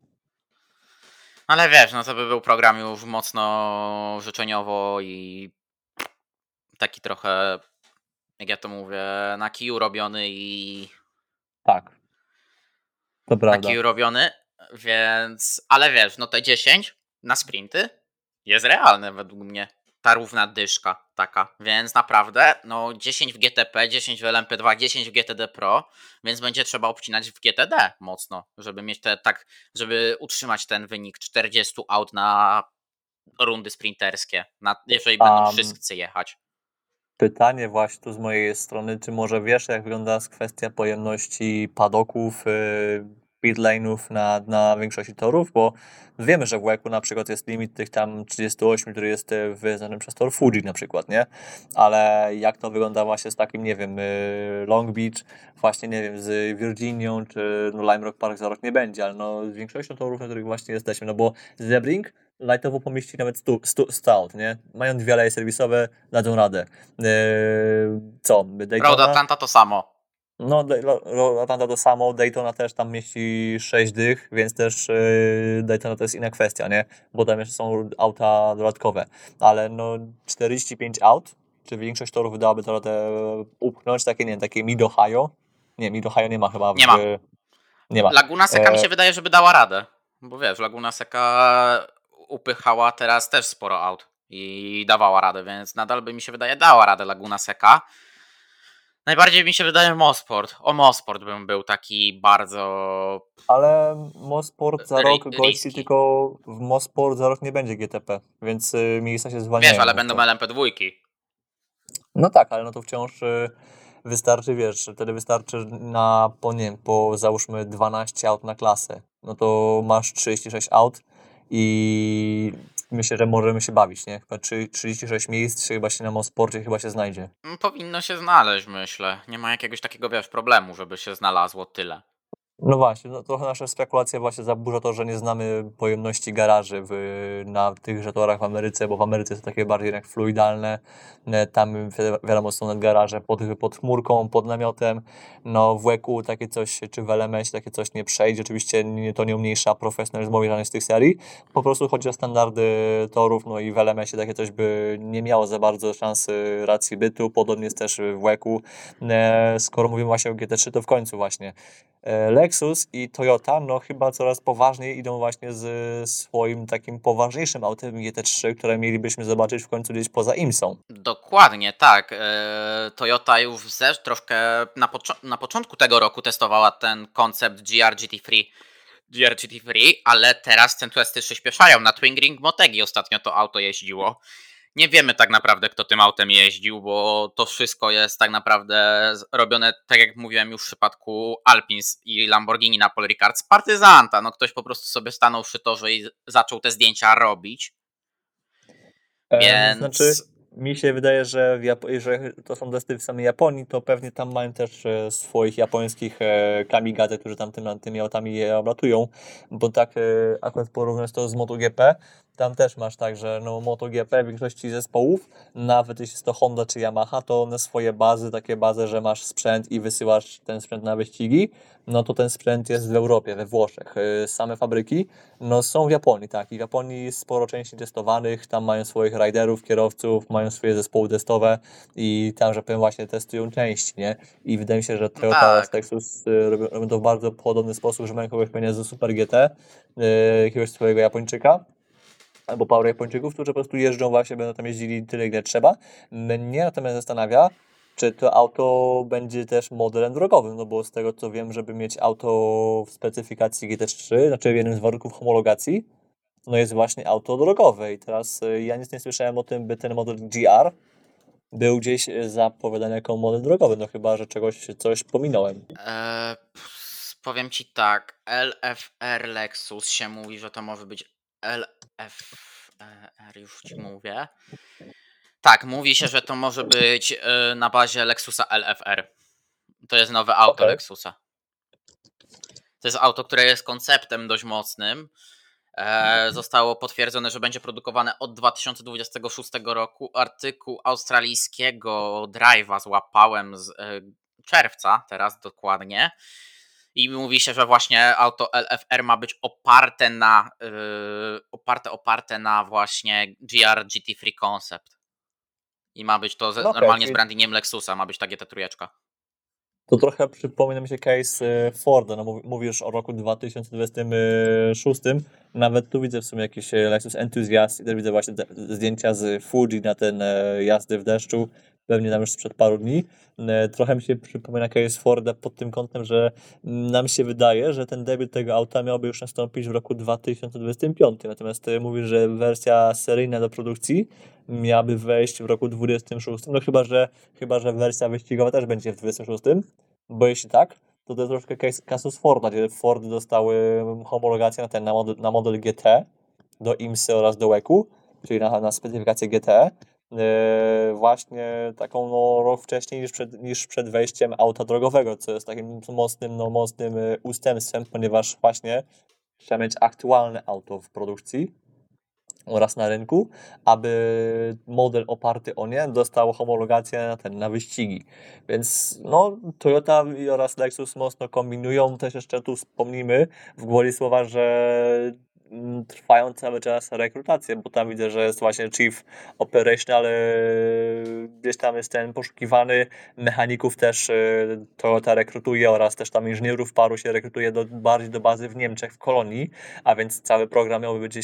ale wiesz, no to by był program już mocno życzeniowo i taki trochę, jak ja to mówię, na kiju robiony i Tak, to na prawda. kiju robiony, więc, ale wiesz, no te 10 na sprinty jest realne według mnie. Ta równa dyszka taka, więc naprawdę, no 10 w GTP, 10 w LMP2, 10 w GTD Pro, więc będzie trzeba obcinać w GTD mocno, żeby mieć żeby utrzymać ten wynik 40 aut na rundy sprinterskie, jeżeli będą A wszyscy jechać. pytanie właśnie tu z mojej strony, czy może wiesz, jak wygląda kwestia pojemności padoków, pit lane'ów na większości torów? Bo wiemy, że w WEC-u na przykład jest limit tych tam 38, który jest wyznaczony przez tor Fuji na przykład, nie? Ale jak to wygląda właśnie z takim, nie wiem, Long Beach, właśnie, nie wiem, z Virginią, czy no Lime Rock Park za rok nie będzie, ale no z większością torów, na których właśnie jesteśmy, no bo Sebring lightowo pomieści nawet 100 aut, nie? Mają dwie aleje serwisowe, dadzą radę. Co? Road Daytona? Atlanta to samo. No, Atlanta to samo, Daytona też tam mieści 6 dych, więc też Daytona to jest inna kwestia, nie? Bo tam jeszcze są auta dodatkowe. Ale no 45 aut, czy większość torów wydałaby to radę upchnąć, takie, nie wiem, takie Mid-Ohio? Nie, Mid-Ohio nie ma chyba Nie ma. Nie ma. Laguna Seca mi się wydaje, żeby dała radę. Bo wiesz, Laguna Seca upychała teraz też sporo aut i dawała radę, więc nadal by mi się wydaje dała radę Laguna Seca. Najbardziej mi się wydaje Mosport. O Mosport bym był taki bardzo Ale Mosport za rok gości, riski. tylko w Mosport za rok nie będzie GTP, więc miejsca się Wiesz, zwalniają ale w będą to. LMP2. No tak, ale no to wciąż wystarczy, wiesz, wtedy wystarczy nie wiem, po załóżmy 12 aut na klasę. No to masz 36 aut i myślę, że możemy się bawić, nie? Chyba 36 miejsc chyba się na Mosporcie chyba się znajdzie. Powinno się znaleźć, myślę. Nie ma jakiegoś takiego, wiesz, problemu, żeby się znalazło tyle. No właśnie, no trochę nasza spekulacja właśnie zaburza to, że nie znamy pojemności garaży na tychże torach w Ameryce, bo w Ameryce są takie bardziej jak fluidalne, tam wiadomo są garaże pod chmurką, pod namiotem, no w WEC-u takie coś, czy w LMS takie coś nie przejdzie, oczywiście to nie umniejsza profesjonalizmu żadnej z tych serii, po prostu chodzi o standardy torów, no i w LMS-ie takie coś by nie miało za bardzo szansy racji bytu, podobnie jest też w WEC-u, skoro mówimy właśnie o GT3, to w końcu właśnie Lexus i Toyota, no chyba coraz poważniej idą właśnie z swoim takim poważniejszym autem GT3, które mielibyśmy zobaczyć w końcu gdzieś poza IMSą. Dokładnie, tak. Toyota już troszkę na początku tego roku testowała ten koncept GR GT3, ale teraz te testy przyspieszają. Na Twin Ring Motegi ostatnio to auto jeździło. Nie wiemy tak naprawdę, kto tym autem jeździł, bo to wszystko jest tak naprawdę robione, tak jak mówiłem już w przypadku Alpins i Lamborghini na Paul Ricard, z partyzanta. No ktoś po prostu sobie stanął przy torze i zaczął te zdjęcia robić. Znaczy, Więc mi się wydaje, że, że to są testy w samej Japonii, to pewnie tam mają też swoich japońskich kamikadze, którzy tam tymi autami je obratują, bo tak akurat porównując to z MotoGP, tam też masz tak, że no MotoGP w większości zespołów, nawet jeśli jest to Honda czy Yamaha, to one swoje bazy, takie bazy, że masz sprzęt i wysyłasz ten sprzęt na wyścigi, no to ten sprzęt jest w Europie, we Włoszech. Same fabryki no są w Japonii, tak. I w Japonii jest sporo części testowanych, tam mają swoich riderów, kierowców, mają swoje zespoły testowe i tam, że powiem, właśnie testują części, nie? I wydaje mi się, że no Toyota oraz tak. Lexus robią to w bardzo podobny sposób, że mają kogoś pewnie ze Super GT, jakiegoś swojego Japończyka, albo paru Japończyków, którzy po prostu jeżdżą właśnie, będą tam jeździli tyle, ile trzeba. Mnie natomiast zastanawia, czy to auto będzie też modelem drogowym, no bo z tego co wiem, żeby mieć auto w specyfikacji GT3, znaczy jednym z warunków homologacji, no jest właśnie auto drogowe i teraz ja nic nie słyszałem o tym, by ten model GR był gdzieś zapowiadany jako model drogowy, no chyba, że coś pominąłem. Powiem ci tak, LFR Lexus się mówi, że to może być LFR, już ci mówię. Tak, mówi się, że to może być na bazie Lexusa LFR. To jest nowe auto Okej. Lexusa. To jest auto, które jest konceptem dość mocnym. Zostało potwierdzone, że będzie produkowane od 2026 roku. Artykuł australijskiego Drive'a złapałem z czerwca, teraz dokładnie. I mówi się, że właśnie auto LFR ma być oparte na właśnie GR GT3 Concept. I ma być to No okej, normalnie z czyli brandingiem Lexusa, ma być ta GT3. to trochę przypomina mi się case Forda. No, mówisz o roku 2026. Nawet tu widzę w sumie jakiś Lexus Enthusiast i też widzę właśnie zdjęcia z Fuji na ten jazdy w deszczu. Pewnie tam już sprzed paru dni. Trochę mi się przypomina case Forda pod tym kątem, że nam się wydaje, że ten debiut tego auta miałby już nastąpić w roku 2025. Natomiast mówisz, że wersja seryjna do produkcji miałaby wejść w roku 2026. No chyba że wersja wyścigowa też będzie w 2026. Bo jeśli tak, to jest troszkę kasus Forda, gdzie Fordy dostały homologację na na model GT do IMSY oraz do WEC-u, czyli na specyfikację GT. Właśnie taką rok wcześniej niż przed wejściem auta drogowego, co jest takim mocnym ustępstwem, ponieważ właśnie trzeba mieć aktualne auto w produkcji oraz na rynku, aby model oparty o nie dostał homologację na wyścigi. Więc no, Toyota oraz Lexus mocno kombinują. Też jeszcze tu wspomnimy w gwoli słowa, że trwają cały czas rekrutacje, bo tam widzę, że jest właśnie Chief Operational, gdzieś tam jest ten poszukiwany, mechaników też Toyota rekrutuje oraz też tam inżynierów paru się rekrutuje bardziej do bazy w Niemczech, w Kolonii, a więc cały program miałby być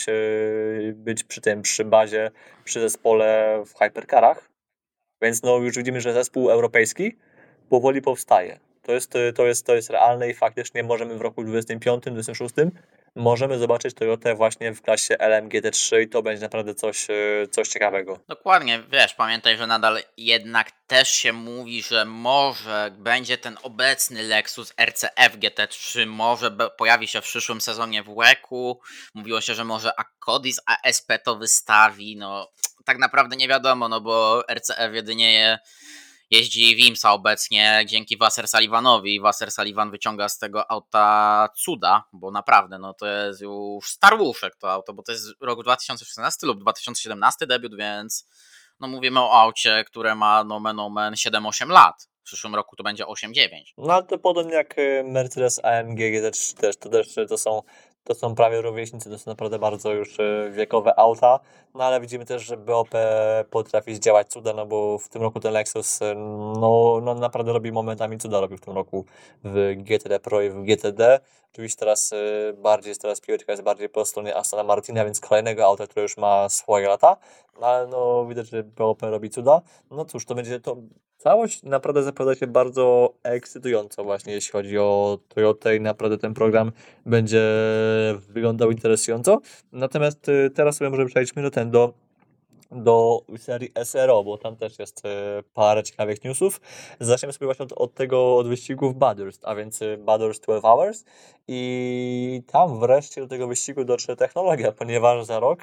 być przy bazie, przy zespole w hypercarach. Więc no już widzimy, że zespół europejski powoli powstaje. To jest realne i faktycznie możemy w roku 25-26 możemy zobaczyć Toyotę właśnie w klasie LMGT3 i to będzie naprawdę coś ciekawego. Dokładnie, wiesz, pamiętaj, że nadal jednak też się mówi, że może będzie ten obecny Lexus RCF GT3, może pojawi się w przyszłym sezonie w WEC-u. Mówiło się, że może Acodis ASP to wystawi, no tak naprawdę nie wiadomo, no bo RCF jedynie jeździ w IMSA obecnie dzięki Wasser Sullivanowi. Wasser Sullivan wyciąga z tego auta cuda, bo naprawdę no to jest już starłuszek to auto, bo to jest rok 2016 lub 2017 debiut, więc no mówimy o aucie, które ma nomen omen 7-8 lat. W przyszłym roku to będzie 8-9. No ale to podobnie jak Mercedes AMG GT3 też to są prawie rówieśnicy, to są naprawdę bardzo już wiekowe auta, no ale widzimy też, że BOP potrafi zdziałać cuda, no bo w tym roku ten Lexus no naprawdę robi momentami cuda, robił w tym roku w GTD Pro i w GTD. Oczywiście teraz piłeczka jest bardziej po stronie Astona Martina, więc kolejnego auta, które już ma swoje lata, no ale no widać, że BOP robi cuda. No cóż, to będzie to. Całość naprawdę zapowiada się bardzo ekscytująco właśnie, jeśli chodzi o Toyotę i naprawdę ten program będzie wyglądał interesująco. Natomiast teraz sobie może przejdźmy do serii SRO, bo tam też jest parę ciekawych newsów. Zaczniemy sobie właśnie od wyścigów Bathurst, a więc Bathurst 12 Hours i tam wreszcie do tego wyścigu dotrze technologia, ponieważ za rok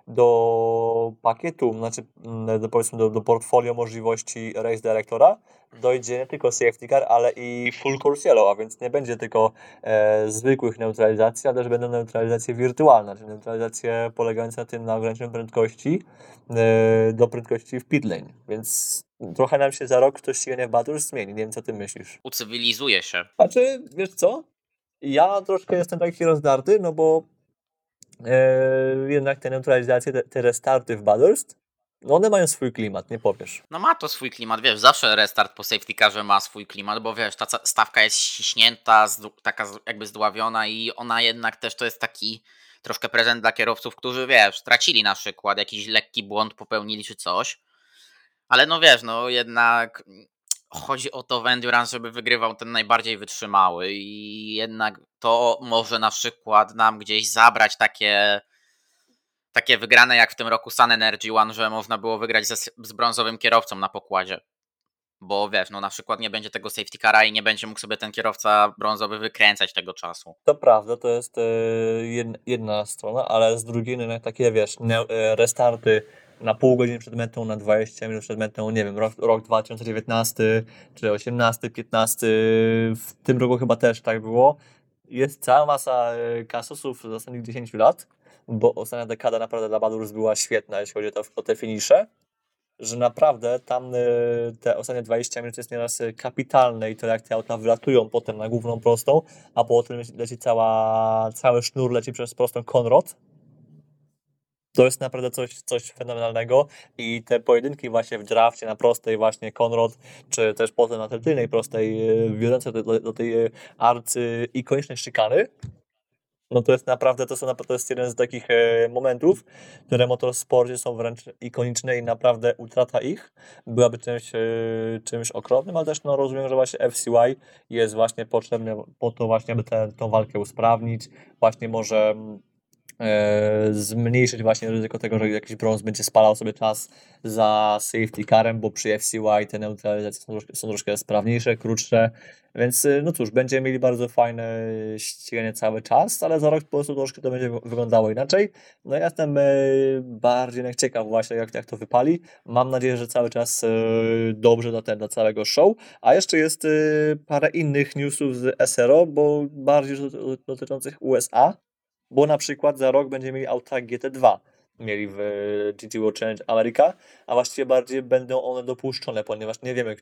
do pakietu, znaczy powiedzmy do portfolio możliwości Race Directora dojdzie nie tylko safety car, ale i full course yellow, a więc nie będzie tylko zwykłych neutralizacji, ale też będą neutralizacje wirtualne, czyli neutralizacje polegające na ograniczeniu prędkości do prędkości w pit lane, więc trochę nam się za rok to ściganie w Bathurst zmieni, nie wiem co ty myślisz. Ucywilizuje się. Znaczy, wiesz co? Ja troszkę jestem taki rozdarty, no bo jednak te neutralizacje, te restarty w Bathurst, no one mają swój klimat, nie powiesz. No ma to swój klimat, wiesz, zawsze restart po safety carze ma swój klimat, bo wiesz, ta stawka jest ściśnięta, taka jakby zdławiona i ona jednak też to jest taki troszkę prezent dla kierowców, którzy wiesz, tracili na przykład jakiś lekki błąd popełnili czy coś, ale no wiesz, no jednak chodzi o to w endurance, żeby wygrywał ten najbardziej wytrzymały i jednak to może na przykład nam gdzieś zabrać takie wygrane jak w tym roku Sun Energy One, że można było wygrać z brązowym kierowcą na pokładzie. Bo wiesz, no na przykład nie będzie tego safety cara i nie będzie mógł sobie ten kierowca brązowy wykręcać tego czasu. To prawda, to jest jedna strona, ale z drugiej no, jednak takie, wiesz, restarty na pół godziny przed metą, na 20 minut przed metą, nie wiem, rok 2019 czy 18, 15, w tym roku chyba też tak było. Jest cała masa kasusów z ostatnich 10 lat, bo ostatnia dekada naprawdę dla Bathurst była świetna, jeśli chodzi o te finisze. że naprawdę tam te ostatnie 20 minut jest nieraz kapitalne i to jak te auta wylatują potem na główną prostą, a potem leci cały sznur leci przez prostą Conrod. To jest naprawdę coś fenomenalnego i te pojedynki właśnie w drafcie na prostej właśnie Conrod, czy też potem na tej tylnej prostej, wiodące do tej ikonicznej szykany, no to jest naprawdę, to jest jeden z takich momentów, które w motorsporcie są wręcz ikoniczne i naprawdę utrata ich byłaby czymś okropnym, ale też no, rozumiem, że właśnie FCY jest właśnie potrzebne po to właśnie, aby tą walkę usprawnić, właśnie może zmniejszyć właśnie ryzyko tego, że jakiś brąz będzie spalał sobie czas za safety carem, bo przy FCY te neutralizacje są troszkę sprawniejsze, krótsze, więc no cóż, będziemy mieli bardzo fajne ściganie cały czas, ale za rok po prostu troszkę to będzie wyglądało inaczej. No ja jestem bardziej ciekaw właśnie jak to wypali. Mam nadzieję, że cały czas dobrze dla całego show, a jeszcze jest parę innych newsów z SRO, bo bardziej dotyczących USA, bo na przykład za rok będziemy mieli auta GT2 mieli w GT World Challenge America, a właściwie bardziej będą one dopuszczone, ponieważ nie wiemy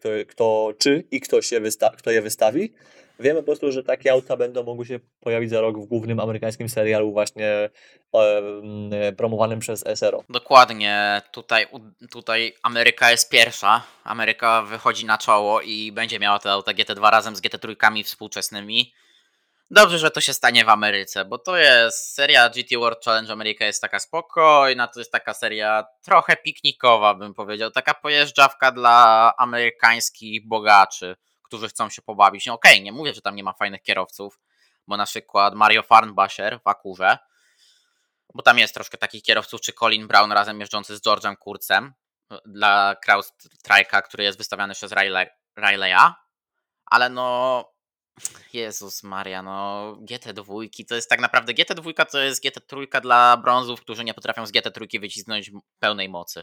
kto je wystawi. Wiemy po prostu, że takie auta będą mogły się pojawić za rok w głównym amerykańskim serialu właśnie promowanym przez SRO. Dokładnie, tutaj Ameryka jest pierwsza. Ameryka wychodzi na czoło i będzie miała te auta GT2 razem z GT3 współczesnymi. Dobrze, że to się stanie w Ameryce, bo to jest seria GT World Challenge America jest taka spokojna, to jest taka seria trochę piknikowa, bym powiedział, taka pojeżdżawka dla amerykańskich bogaczy, którzy chcą się pobawić. No okej, nie mówię, że tam nie ma fajnych kierowców, bo na przykład Mario Farnbacher w Akurze, bo tam jest troszkę takich kierowców, czy Colin Brown razem jeżdżący z George'em Kurzem dla CrowdStrike'a, który jest wystawiany przez Rileya, ale no Jezus Maria, no GT2 to jest tak naprawdę GT2 to jest GT3 dla brązów, którzy nie potrafią z GT3 wycisnąć pełnej mocy.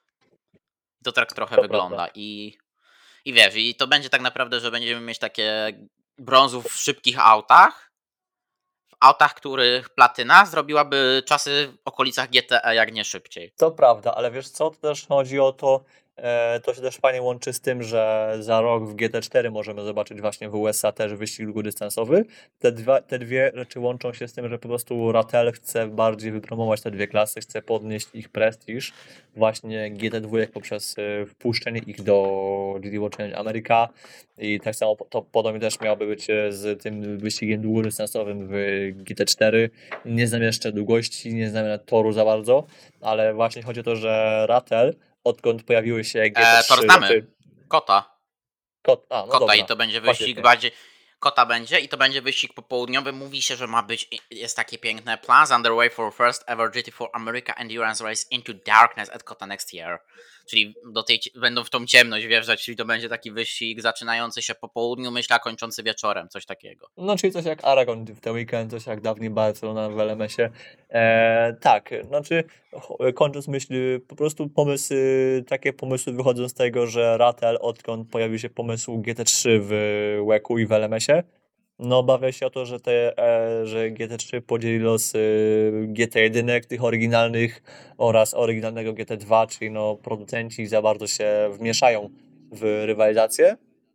To tak trochę To wygląda prawda. i wiesz, i to będzie tak naprawdę, że będziemy mieć takie brązów w szybkich autach, w autach, których platyna zrobiłaby czasy w okolicach GTE jak nie szybciej. To prawda, ale wiesz co, to też chodzi o to, to się też fajnie łączy z tym, że za rok w GT4 możemy zobaczyć właśnie w USA też wyścig długodystansowy. Te dwie rzeczy łączą się z tym, że po prostu Rattel chce bardziej wypromować te dwie klasy, chce podnieść ich prestiż, właśnie GT2 poprzez wpuszczenie ich do GT World Challenge America i tak samo to podobnie też miałoby być z tym wyścigiem długodystansowym w GT4. Nie znam jeszcze długości, nie znam nawet toru za bardzo, ale właśnie chodzi o to, że Rattel, odkąd pojawiły się GT3... Tor znamy. Kota. No Kota dobra. i to będzie Właśnie wyścig ty. bardziej... Kota będzie i to będzie wyścig popołudniowy. Mówi się, że ma być, jest takie piękne plans underway for first ever GT4 America Endurance Race into Darkness at Kota next year. Czyli będą w tą ciemność wjeżdżać, czyli to będzie taki wyścig zaczynający się po południu, myślę, a kończący wieczorem, coś takiego. No, czyli coś jak Aragon w ten weekend, coś jak dawniej Barcelona w LMS-ie. Tak, znaczy kończąc myśl, po prostu takie pomysły wychodzą z tego, że Rattel, odkąd pojawił się pomysł GT3 w WEC-u i w LMS-ie, no obawia się o to, że GT3 podzieli los GT1 tych oryginalnych oraz oryginalnego GT2, czyli no producenci za bardzo się wmieszają w rywalizację,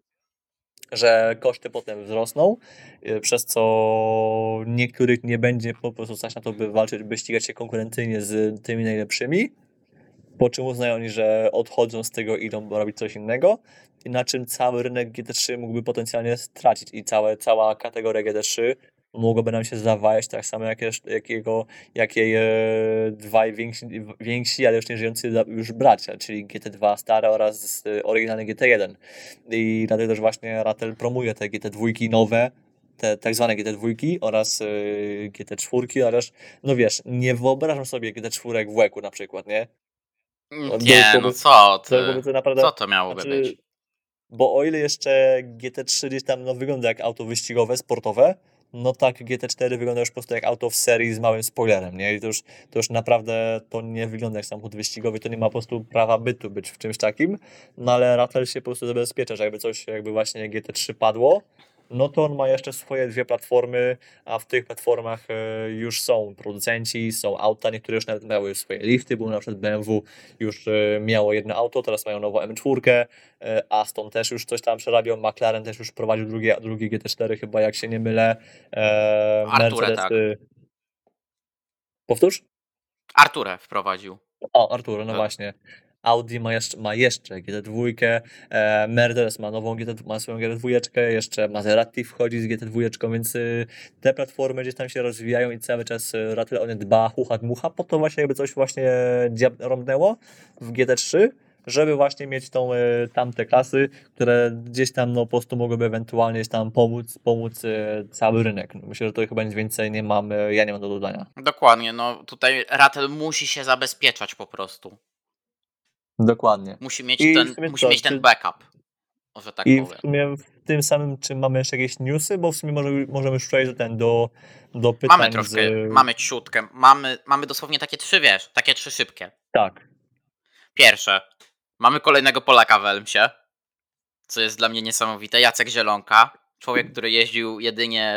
że koszty potem wzrosną, przez co niektórych nie będzie po prostu stać na to, by walczyć, by ścigać się konkurencyjnie z tymi najlepszymi, po czym uznają oni, że odchodzą z tego i idą robić coś innego, i na czym cały rynek GT3 mógłby potencjalnie stracić i cała kategoria GT3 mogłoby nam się zawajać, tak samo jak jej dwaj więksi, ale już nie żyjący już bracia, czyli GT2 stare oraz oryginalny GT1. I dlatego też właśnie Rattel promuje te GT2 nowe, te tak zwane GT2 oraz GT4, ale no wiesz, nie wyobrażam sobie GT4 w WEC-u na przykład, nie? Nie, no co ty? To naprawdę, Co to miałoby znaczy, być? bo o ile jeszcze GT3 gdzieś tam no, wygląda jak auto wyścigowe, sportowe, no tak GT4 wygląda już po prostu jak auto w serii z małym spoilerem, nie? I to już naprawdę to nie wygląda jak samochód wyścigowy, to nie ma po prostu prawa bytu być w czymś takim, no ale Rattel się po prostu zabezpiecza, że jakby coś, jakby właśnie GT3 padło, no to on ma jeszcze swoje dwie platformy, a w tych platformach już są producenci, są auta, niektóre już nawet miały swoje lifty, bo na przykład BMW już miało jedno auto, teraz mają nową M4, Aston też już coś tam przerabiał, McLaren też już prowadził drugi GT4 chyba, jak się nie mylę, Arturę, Mercedes, tak. powtórz? Arturę wprowadził. O, Arturo, no Że- właśnie. Audi ma jeszcze GT2, Mercedes ma ma swoją GT2, jeszcze Maserati wchodzi z GT2, więc te platformy gdzieś tam się rozwijają i cały czas Ratel o nie dba, hucha dmucha, po to właśnie jakby coś właśnie rąbnęło w GT3, żeby właśnie mieć tamte klasy, które gdzieś tam no, po prostu mogłyby ewentualnie gdzieś tam pomóc cały rynek. No, myślę, że to chyba nic więcej nie mam, ja nie mam do dodania. Dokładnie, no tutaj Ratel musi się zabezpieczać po prostu. Dokładnie. Musi mieć I w ten, sumie musi co? mieć ten backup, że tak I w powiem. sumie w tym samym, czy mamy jeszcze jakieś newsy? Bo w sumie możemy już przejść do Mamy pytań troszkę, mamy ciutkę, mamy dosłownie takie trzy, wiesz, takie trzy szybkie. Tak. Pierwsze, mamy kolejnego Polaka w Elmsie, co jest dla mnie niesamowite. Jacek Zielonka, człowiek, który jeździł jedynie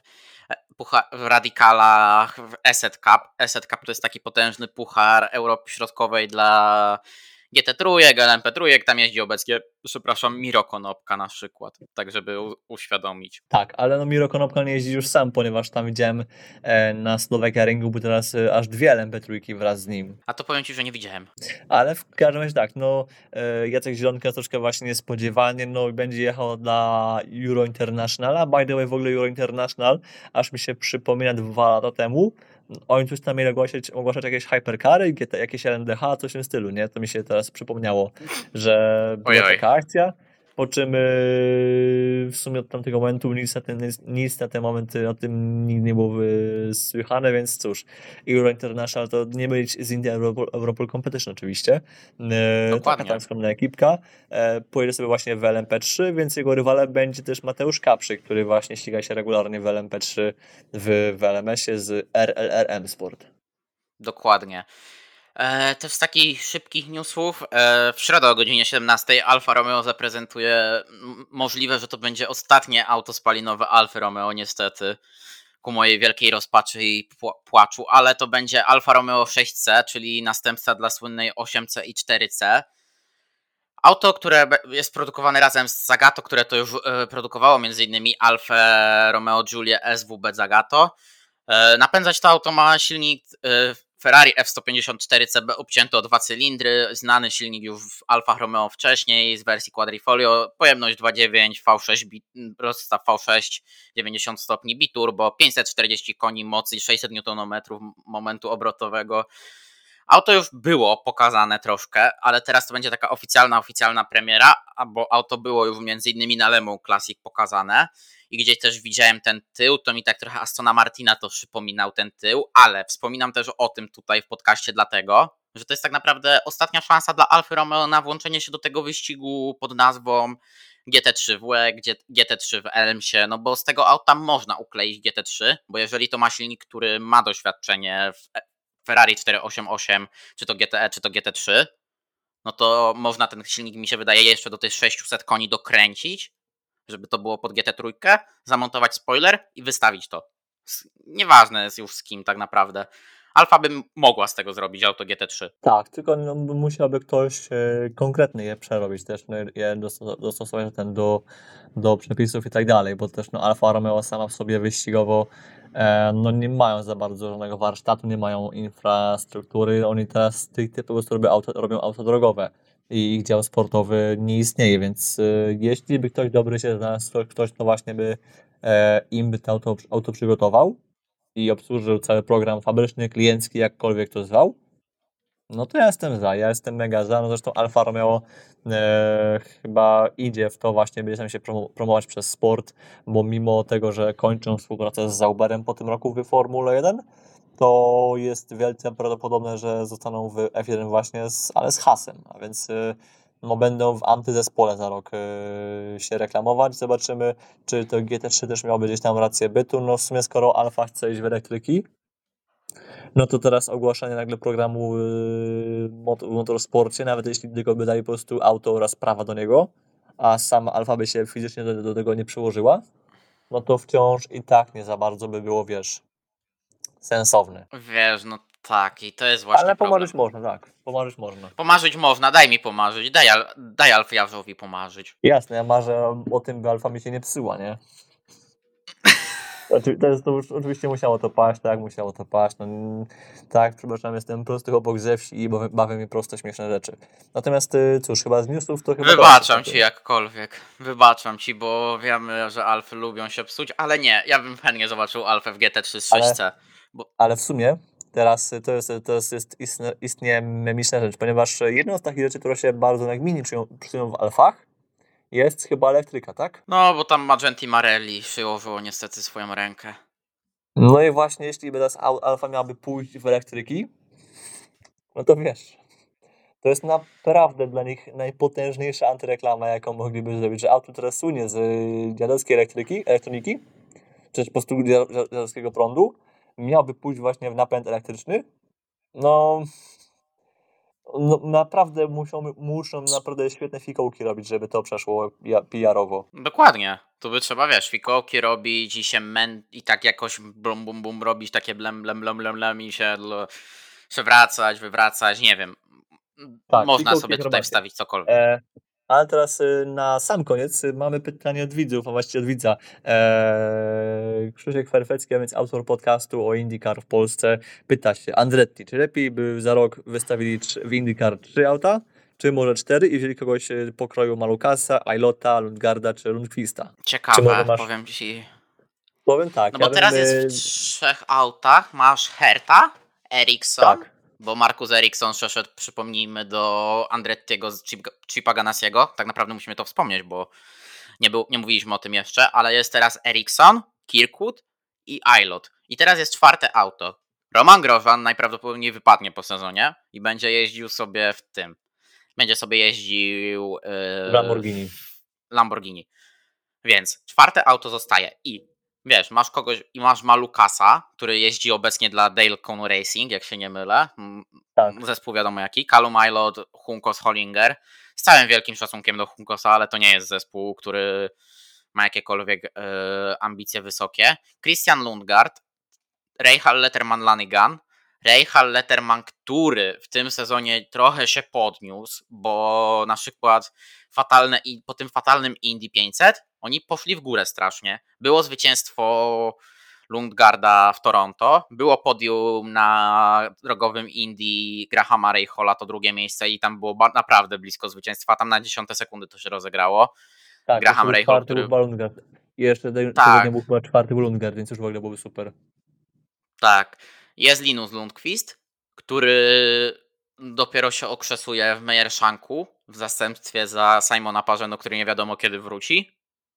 w Radikalach, w Asset Cup. Asset Cup to jest taki potężny puchar Europy Środkowej dla GT3, LMP3, tam jeździ obecnie, przepraszam, Miro Konopka na przykład, tak żeby uświadomić. Tak, ale no Miro Konopka nie jeździ już sam, ponieważ tam widziałem na Slovakia Ringu był teraz aż dwie LMP3 wraz z nim. A to powiem Ci, że nie widziałem. Ale w każdym razie tak, no Jacek Zielonka troszkę właśnie niespodziewanie, no będzie jechał dla Euro Internationala. By the way, w ogóle Euro International, aż mi się przypomina 2 lata temu, oni coś tam mieli ogłaszać jakieś hypercary, jakieś LMDH, coś w tym stylu, nie? To mi się teraz przypomniało, że była Ojoj. taka akcja. Po czym w sumie od tamtego momentu nic na ten moment o tym nigdy nie było słychane, więc cóż, Euro International to nie mylić z India Europol Competition oczywiście. Taka Dokładnie. tam skromna ekipka. Pojedzie sobie właśnie w LMP3, więc jego rywalem będzie też Mateusz Kapszyk, który właśnie ściga się regularnie w LMP3 w LMS-ie z RLRM Sport. Dokładnie. Też z takich szybkich newsów, w środę o godzinie 17 Alfa Romeo zaprezentuje, możliwe, że to będzie ostatnie auto spalinowe Alfa Romeo, niestety, ku mojej wielkiej rozpaczy i płaczu, ale to będzie Alfa Romeo 6C, czyli następca dla słynnej 8C i 4C. Auto, które jest produkowane razem z Zagato, które to już produkowało m.in. Alfa Romeo Giulia SWB Zagato. Napędzać to auto ma silnik Ferrari F154CB obcięty o 2 cylindry, znany silnik już w Alfa Romeo wcześniej z wersji Quadrifoglio, pojemność 2.9, V6, rozstaw V6, 90 stopni biturbo, 540 koni mocy i 600 Nm momentu obrotowego. Auto już było pokazane troszkę, ale teraz to będzie taka oficjalna premiera, bo auto było już m.in. na Le Mans Classic pokazane i gdzieś też widziałem ten tył, to mi tak trochę Astona Martina to przypominał ten tył, ale wspominam też o tym tutaj w podcaście dlatego, że to jest tak naprawdę ostatnia szansa dla Alfy Romeo na włączenie się do tego wyścigu pod nazwą GT3 w WE, GT3 w Elmsie, no bo z tego auta można ukleić GT3, bo jeżeli to ma silnik, który ma doświadczenie w Ferrari 488, czy to GTE, czy to GT3, no to można ten silnik, mi się wydaje, jeszcze do tych 600 koni dokręcić, żeby to było pod GT3, zamontować spoiler i wystawić to. Nieważne jest już z kim tak naprawdę. Alfa by mogła z tego zrobić auto GT3. Tak, tylko no, musiałby ktoś konkretny je przerobić też, no, je dostosować do przepisów i tak dalej, bo też no, Alfa Romeo sama w sobie wyścigowo no, nie mają za bardzo żadnego warsztatu, nie mają infrastruktury, oni teraz z tych typów po prostu robią auto drogowe i ich dział sportowy nie istnieje, więc jeśli by ktoś dobry się znalazł, ktoś to właśnie by im by to auto przygotował i obsłużył cały program fabryczny, kliencki, jakkolwiek to zwał, no to ja jestem za, ja jestem mega za, no zresztą Alfa Romeo chyba idzie w to właśnie, będzie się promować przez sport, bo mimo tego, że kończą współpracę z Sauberem po tym roku w Formule 1, to jest wielce prawdopodobne, że zostaną w F1 właśnie, ale z hasem, a więc no, będą w antydespole za rok się reklamować. Zobaczymy, czy to GT3 też miałoby gdzieś tam rację bytu. No w sumie skoro Alfa chce iść w elektryki, no to teraz ogłaszanie nagle programu w motorsporcie, nawet jeśli tylko by dali po prostu auto oraz prawa do niego, a sama Alfa by się fizycznie do tego nie przyłożyła, no to wciąż i tak nie za bardzo by było, wiesz, sensowne. Wiesz, no tak, i to jest właśnie Ale problem. pomarzyć można, tak. Pomarzyć można. Pomarzyć można, daj mi pomarzyć, daj Alfiarzowi pomarzyć. Jasne, ja marzę o tym, by alfa mi się nie psuła, nie? To już oczywiście musiało to paść, tak, musiało to paść. No, tak, przepraszam, jestem prosty chłopak ze wsi i bawię mnie proste, śmieszne rzeczy. Natomiast cóż, chyba z newsów to chyba... Wybaczam ci jakkolwiek. Wybaczam ci, bo wiemy, że alfy lubią się psuć, ale nie, ja bym chętnie zobaczył alfę w GT3 z 6C. Ale w sumie teraz to jest istnie memiczna rzecz, ponieważ jedną z takich rzeczy, które się bardzo nagminnie psują w alfach, jest chyba elektryka, tak? No, bo tam Magenti Marelli przyłożyło niestety swoją rękę. No i właśnie, jeśli by teraz alfa miałaby pójść w elektryki, no to wiesz, to jest naprawdę dla nich najpotężniejsza antyreklama, jaką mogliby zrobić, że auto teraz słynie z dziadowskiej elektroniki, czy po prostu dziadowskiego prądu, miałby pójść właśnie w napęd elektryczny. No naprawdę muszą naprawdę świetne fikołki robić, żeby to przeszło PR-owo. Dokładnie. Tu by trzeba, wiesz, fikołki robić i się i tak jakoś blum bum bum robić takie blem blem blem blem blem i się przewracać, wywracać, nie wiem. Tak, można sobie tutaj wstawić cokolwiek. Ale teraz na sam koniec mamy pytanie od widzów, a właściwie od widza. Krzysiek Ferfecki, a więc autor podcastu o IndyCar w Polsce, pyta się: Andretti, czy lepiej by za rok wystawili w IndyCar 3 auta, czy może 4 i wzięli kogoś pokroju Malukasa, Ailota, Lundgarda czy Lundqvista? Ciekawe, powiem ci. Powiem tak. No bo teraz jest w 3 autach, masz Herta, Ericsson, tak. Bo Marcus Ericsson przeszedł, przypomnijmy, do Andrettiego z Chipa Ganassiego. Tak naprawdę musimy to wspomnieć, bo nie mówiliśmy o tym jeszcze, ale jest teraz Ericsson, Kirkwood i Ailot. I teraz jest 4 auto. Roman Grosjean najprawdopodobniej wypadnie po sezonie i będzie jeździł sobie w tym. Będzie sobie jeździł Lamborghini. Więc 4 auto zostaje i wiesz, masz kogoś i masz Malukasa, który jeździ obecnie dla Dale Coyne Racing, jak się nie mylę. Tak. Zespół wiadomo jaki. Callum Ailot, Juncos Hollinger. Z całym wielkim szacunkiem do Juncosa, ale to nie jest zespół, który ma jakiekolwiek ambicje wysokie. Christian Lundgaard, Rahal Letterman-Lanigan. Rahal Letterman, który w tym sezonie trochę się podniósł, bo na przykład po tym fatalnym Indy 500 oni poszli w górę strasznie. Było zwycięstwo Lundgarda w Toronto, było podium na drogowym Indy Grahama Rahala, to drugie miejsce i tam było naprawdę blisko zwycięstwa, tam na 10 sekundy to się rozegrało. Tak, Graham Rahal, który... Lundgaard. I jeszcze tak. nie był chyba 4 Lundgaard, więc już w ogóle byłoby super. Tak. Jest Linus Lundqvist, który dopiero się okrzesuje w Meyershanku w zastępstwie za Simona Pagenaud, który nie wiadomo kiedy wróci.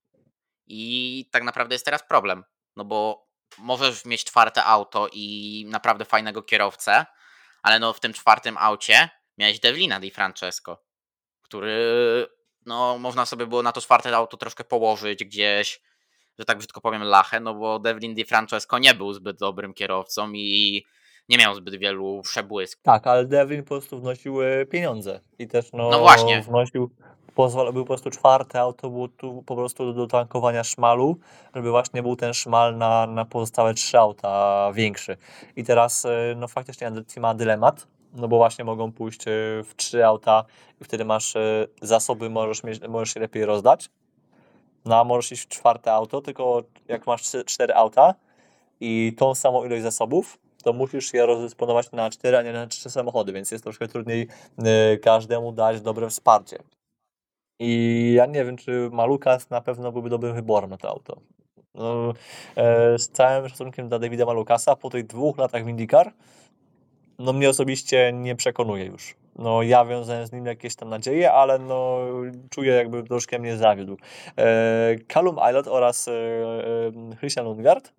I tak naprawdę jest teraz problem, no bo możesz mieć 4 auto i naprawdę fajnego kierowcę, ale no w tym 4 aucie miałeś Devlina Di Francesco, który no można sobie było na to 4 auto troszkę położyć gdzieś, że tak brzydko powiem, lachę, no bo Devlin Di Francesco nie był zbyt dobrym kierowcą i nie miał zbyt wielu przebłysków. Tak, ale Devlin po prostu wnosił pieniądze i też no właśnie. był po prostu 4 auto, było tu po prostu do tankowania szmalu, żeby właśnie był ten szmal na pozostałe 3 auta większy. I teraz no faktycznie Andretti ma dylemat, no bo właśnie mogą pójść w 3 auta i wtedy masz zasoby, możesz się lepiej rozdać. No a możesz iść w 4 auto, tylko jak masz 4 auta i tą samą ilość zasobów, to musisz je rozdysponować na 4, a nie na 3 samochody, więc jest troszkę trudniej każdemu dać dobre wsparcie. I ja nie wiem, czy Malukas na pewno byłby dobrym wyborem na to auto. No, z całym szacunkiem dla Davida Malukasa, po tych 2 latach w IndyCar, no mnie osobiście nie przekonuje już. No ja wiązałem z nim jakieś tam nadzieje, ale no czuję, jakby troszkę mnie zawiódł. Callum Ailot oraz Christian Lundgaard,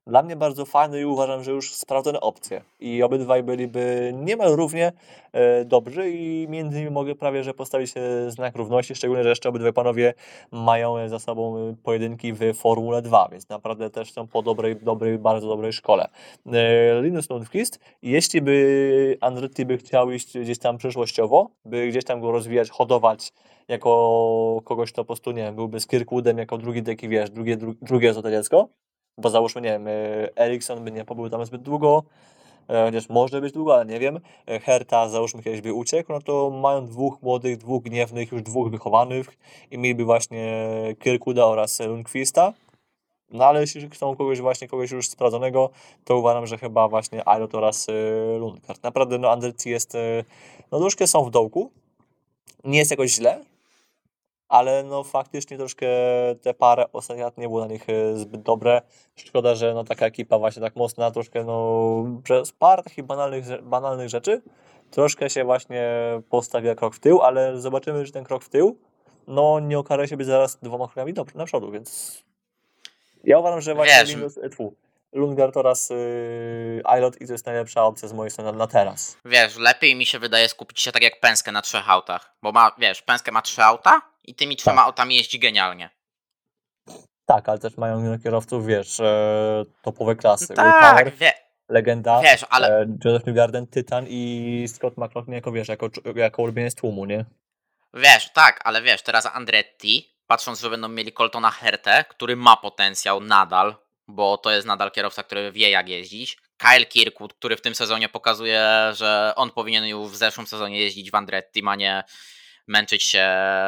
Dla mnie bardzo fajny i uważam, że już sprawdzone opcje. I obydwaj byliby niemal równie dobrzy i między nimi mogę prawie, że postawić znak równości, szczególnie, że jeszcze obydwaj panowie mają za sobą pojedynki w Formule 2, więc naprawdę też są po bardzo dobrej szkole. Linus Lundqvist, jeśli by Andretti by chciał iść gdzieś tam przyszłościowo, by gdzieś tam go rozwijać, hodować jako kogoś, kto po prostu, nie wiem, byłby z Kirkwoodem jako drugi taki, wiesz, drugie złote dziecko, bo załóżmy, nie wiem, Ericsson by nie pobył tam zbyt długo, chociaż może być długo, ale nie wiem. Herta, załóżmy, kiedyś by uciekł, no to mają dwóch młodych, dwóch gniewnych, już dwóch wychowanych i mieliby właśnie Kirkwooda oraz Lundqvista. No ale jeśli chcą kogoś już sprawdzonego, to uważam, że chyba właśnie Ailot oraz Lundgaard. Naprawdę, no Andretti jest, no troszkę są w dołku, nie jest jakoś źle, ale no faktycznie troszkę te parę ostatnich lat nie było na nich zbyt dobre. Szkoda, że no taka ekipa właśnie tak mocna, troszkę no przez parę takich banalnych rzeczy troszkę się właśnie postawia krok w tył, ale zobaczymy, że ten krok w tył no nie okaże się być zaraz dwoma krokami na przodu, więc ja uważam, że właśnie Wiesz, Lundgaard oraz Ailot i to jest najlepsza opcja z mojej strony na teraz. wiesz, lepiej mi się wydaje skupić się tak jak Penske na 3 autach, bo ma, wiesz, Penske ma 3 auta i tymi 3 autami jeździ genialnie. Tak, ale też mają kierowców, wiesz, topowej klasy. No Will tak, Power, legenda, wiesz, ale Joseph Newgarden, Tytan i Scott McLaughlin jako, wiesz, jako ulubieniec tłumu, nie? wiesz, tak, ale wiesz, teraz Andretti, patrząc, że będą mieli Coltona Hertę, który ma potencjał nadal, bo to jest nadal kierowca, który wie jak jeździć. Kyle Kirkwood, który w tym sezonie pokazuje, że on powinien już w zeszłym sezonie jeździć w Andretti, a nie męczyć się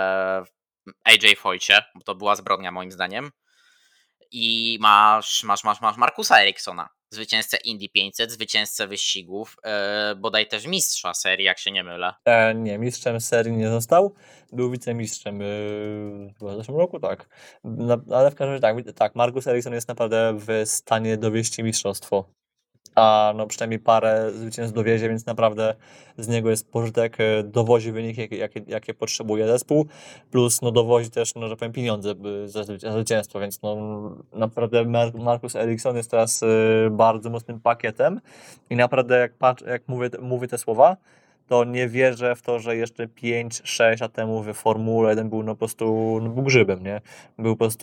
w AJ Foycie, bo to była zbrodnia moim zdaniem. I masz Markusa Ericssona, zwycięzcę Indy 500, zwycięzcę wyścigów, bodaj też mistrza serii, jak się nie mylę. Nie, mistrzem serii nie został. Był wicemistrzem w zeszłym roku, tak. Ale w każdym razie tak, Marcus Ericsson jest naprawdę w stanie dowieść mistrzostwo. A no przynajmniej parę zwycięstw dowiezie, więc naprawdę z niego jest pożytek, dowozi wyniki, jakie potrzebuje zespół, plus no dowozi też, no że powiem, pieniądze za zwycięstwo, więc no naprawdę Marcus Ericsson jest teraz bardzo mocnym pakietem i naprawdę jak mówię te słowa, to nie wierzę w to, że jeszcze 5-6 lat temu w Formule 1 był no po prostu był grzybem, nie? Był po prostu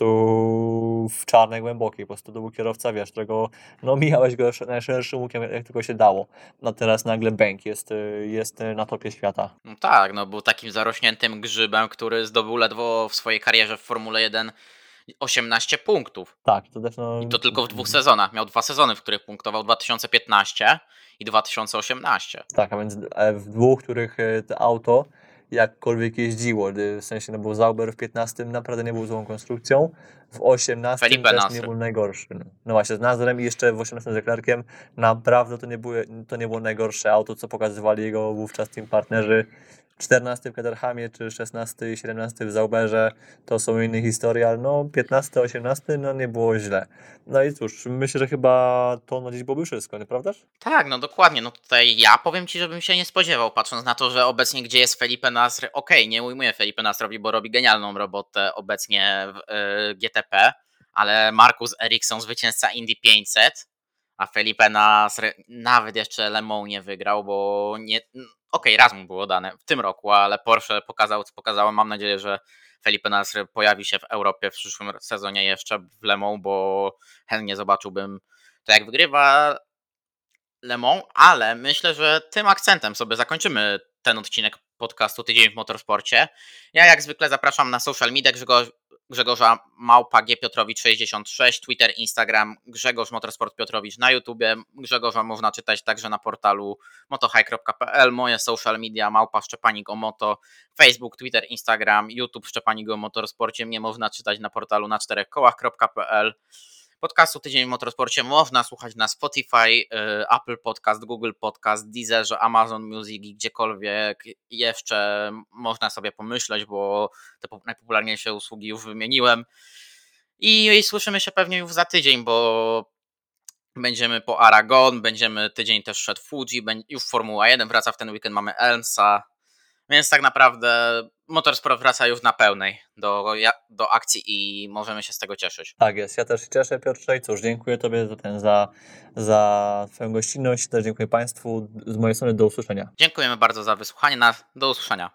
w czarnej głębokiej, po prostu to był kierowca, wiesz, którego no mijałeś go najszerszym łukiem, jak tylko się dało. No teraz nagle Bank jest na topie świata. No tak, no był takim zarośniętym grzybem, który zdobył ledwo w swojej karierze w Formule 1 18 punktów. Tak, to też no... I to tylko w 2 sezonach. Miał 2 sezony, w których punktował 2015 i 2018. Tak, a więc w dwóch, których to auto jakkolwiek jeździło, w sensie no był Sauber w 15 naprawdę nie był złą konstrukcją, w 18 Felipe też Nasr. nie był najgorszy. No właśnie, z Nasrem i jeszcze w 18 z Leclerciem naprawdę to nie było najgorsze auto, co pokazywali jego wówczas team partnerzy. 14 w Caterhamie, czy 16 i 17 w Sauberze, to są inne historie, ale no 15, 18 no nie było źle. No i cóż, myślę, że chyba to na dziś byłoby wszystko, nieprawdaż? Tak, no dokładnie. No tutaj ja powiem Ci, żebym się nie spodziewał, patrząc na to, że obecnie gdzie jest Felipe Nasr. Okej, nie ujmuję Felipe Nasrowi, bo robi genialną robotę obecnie w GTP, ale Marcus Ericsson, zwycięzca Indy 500, a Felipe Nasr nawet jeszcze Le Mans nie wygrał, bo nie... Okej, raz mu było dane w tym roku, ale Porsche pokazał, co pokazało. Mam nadzieję, że Felipe Nasr pojawi się w Europie w przyszłym sezonie jeszcze w Le Mans, bo chętnie zobaczyłbym to, jak wygrywa Le Mans, ale myślę, że tym akcentem sobie zakończymy ten odcinek podcastu Tydzień w Motorsporcie. Ja jak zwykle zapraszam na social media Grzegorza Małpa G Piotrowicz 66, Twitter, Instagram, Grzegorz Motorsport Piotrowicz na YouTubie. Grzegorza można czytać także na portalu motohigh.pl, moje social media Małpa Szczepanik o Moto, Facebook, Twitter, Instagram, YouTube Szczepanik o Motorsporcie. Mnie można czytać na portalu na 4kołach.pl. Podcastu Tydzień w Motorsporcie można słuchać na Spotify, Apple Podcast, Google Podcast, Deezerze, Amazon Music i gdziekolwiek jeszcze można sobie pomyśleć, bo te najpopularniejsze usługi już wymieniłem. I słyszymy się pewnie już za tydzień, bo będziemy po Aragon, będziemy tydzień też szedł Fuji, już Formuła 1 wraca w ten weekend, mamy Elmsa, więc tak naprawdę Motorsport wraca już na pełnej do akcji i możemy się z tego cieszyć. Tak jest, ja też się cieszę, Piotrze, i cóż, dziękuję Tobie za Twoją gościnność, też dziękuję Państwu, z mojej strony do usłyszenia. Dziękujemy bardzo za wysłuchanie nas. Do usłyszenia.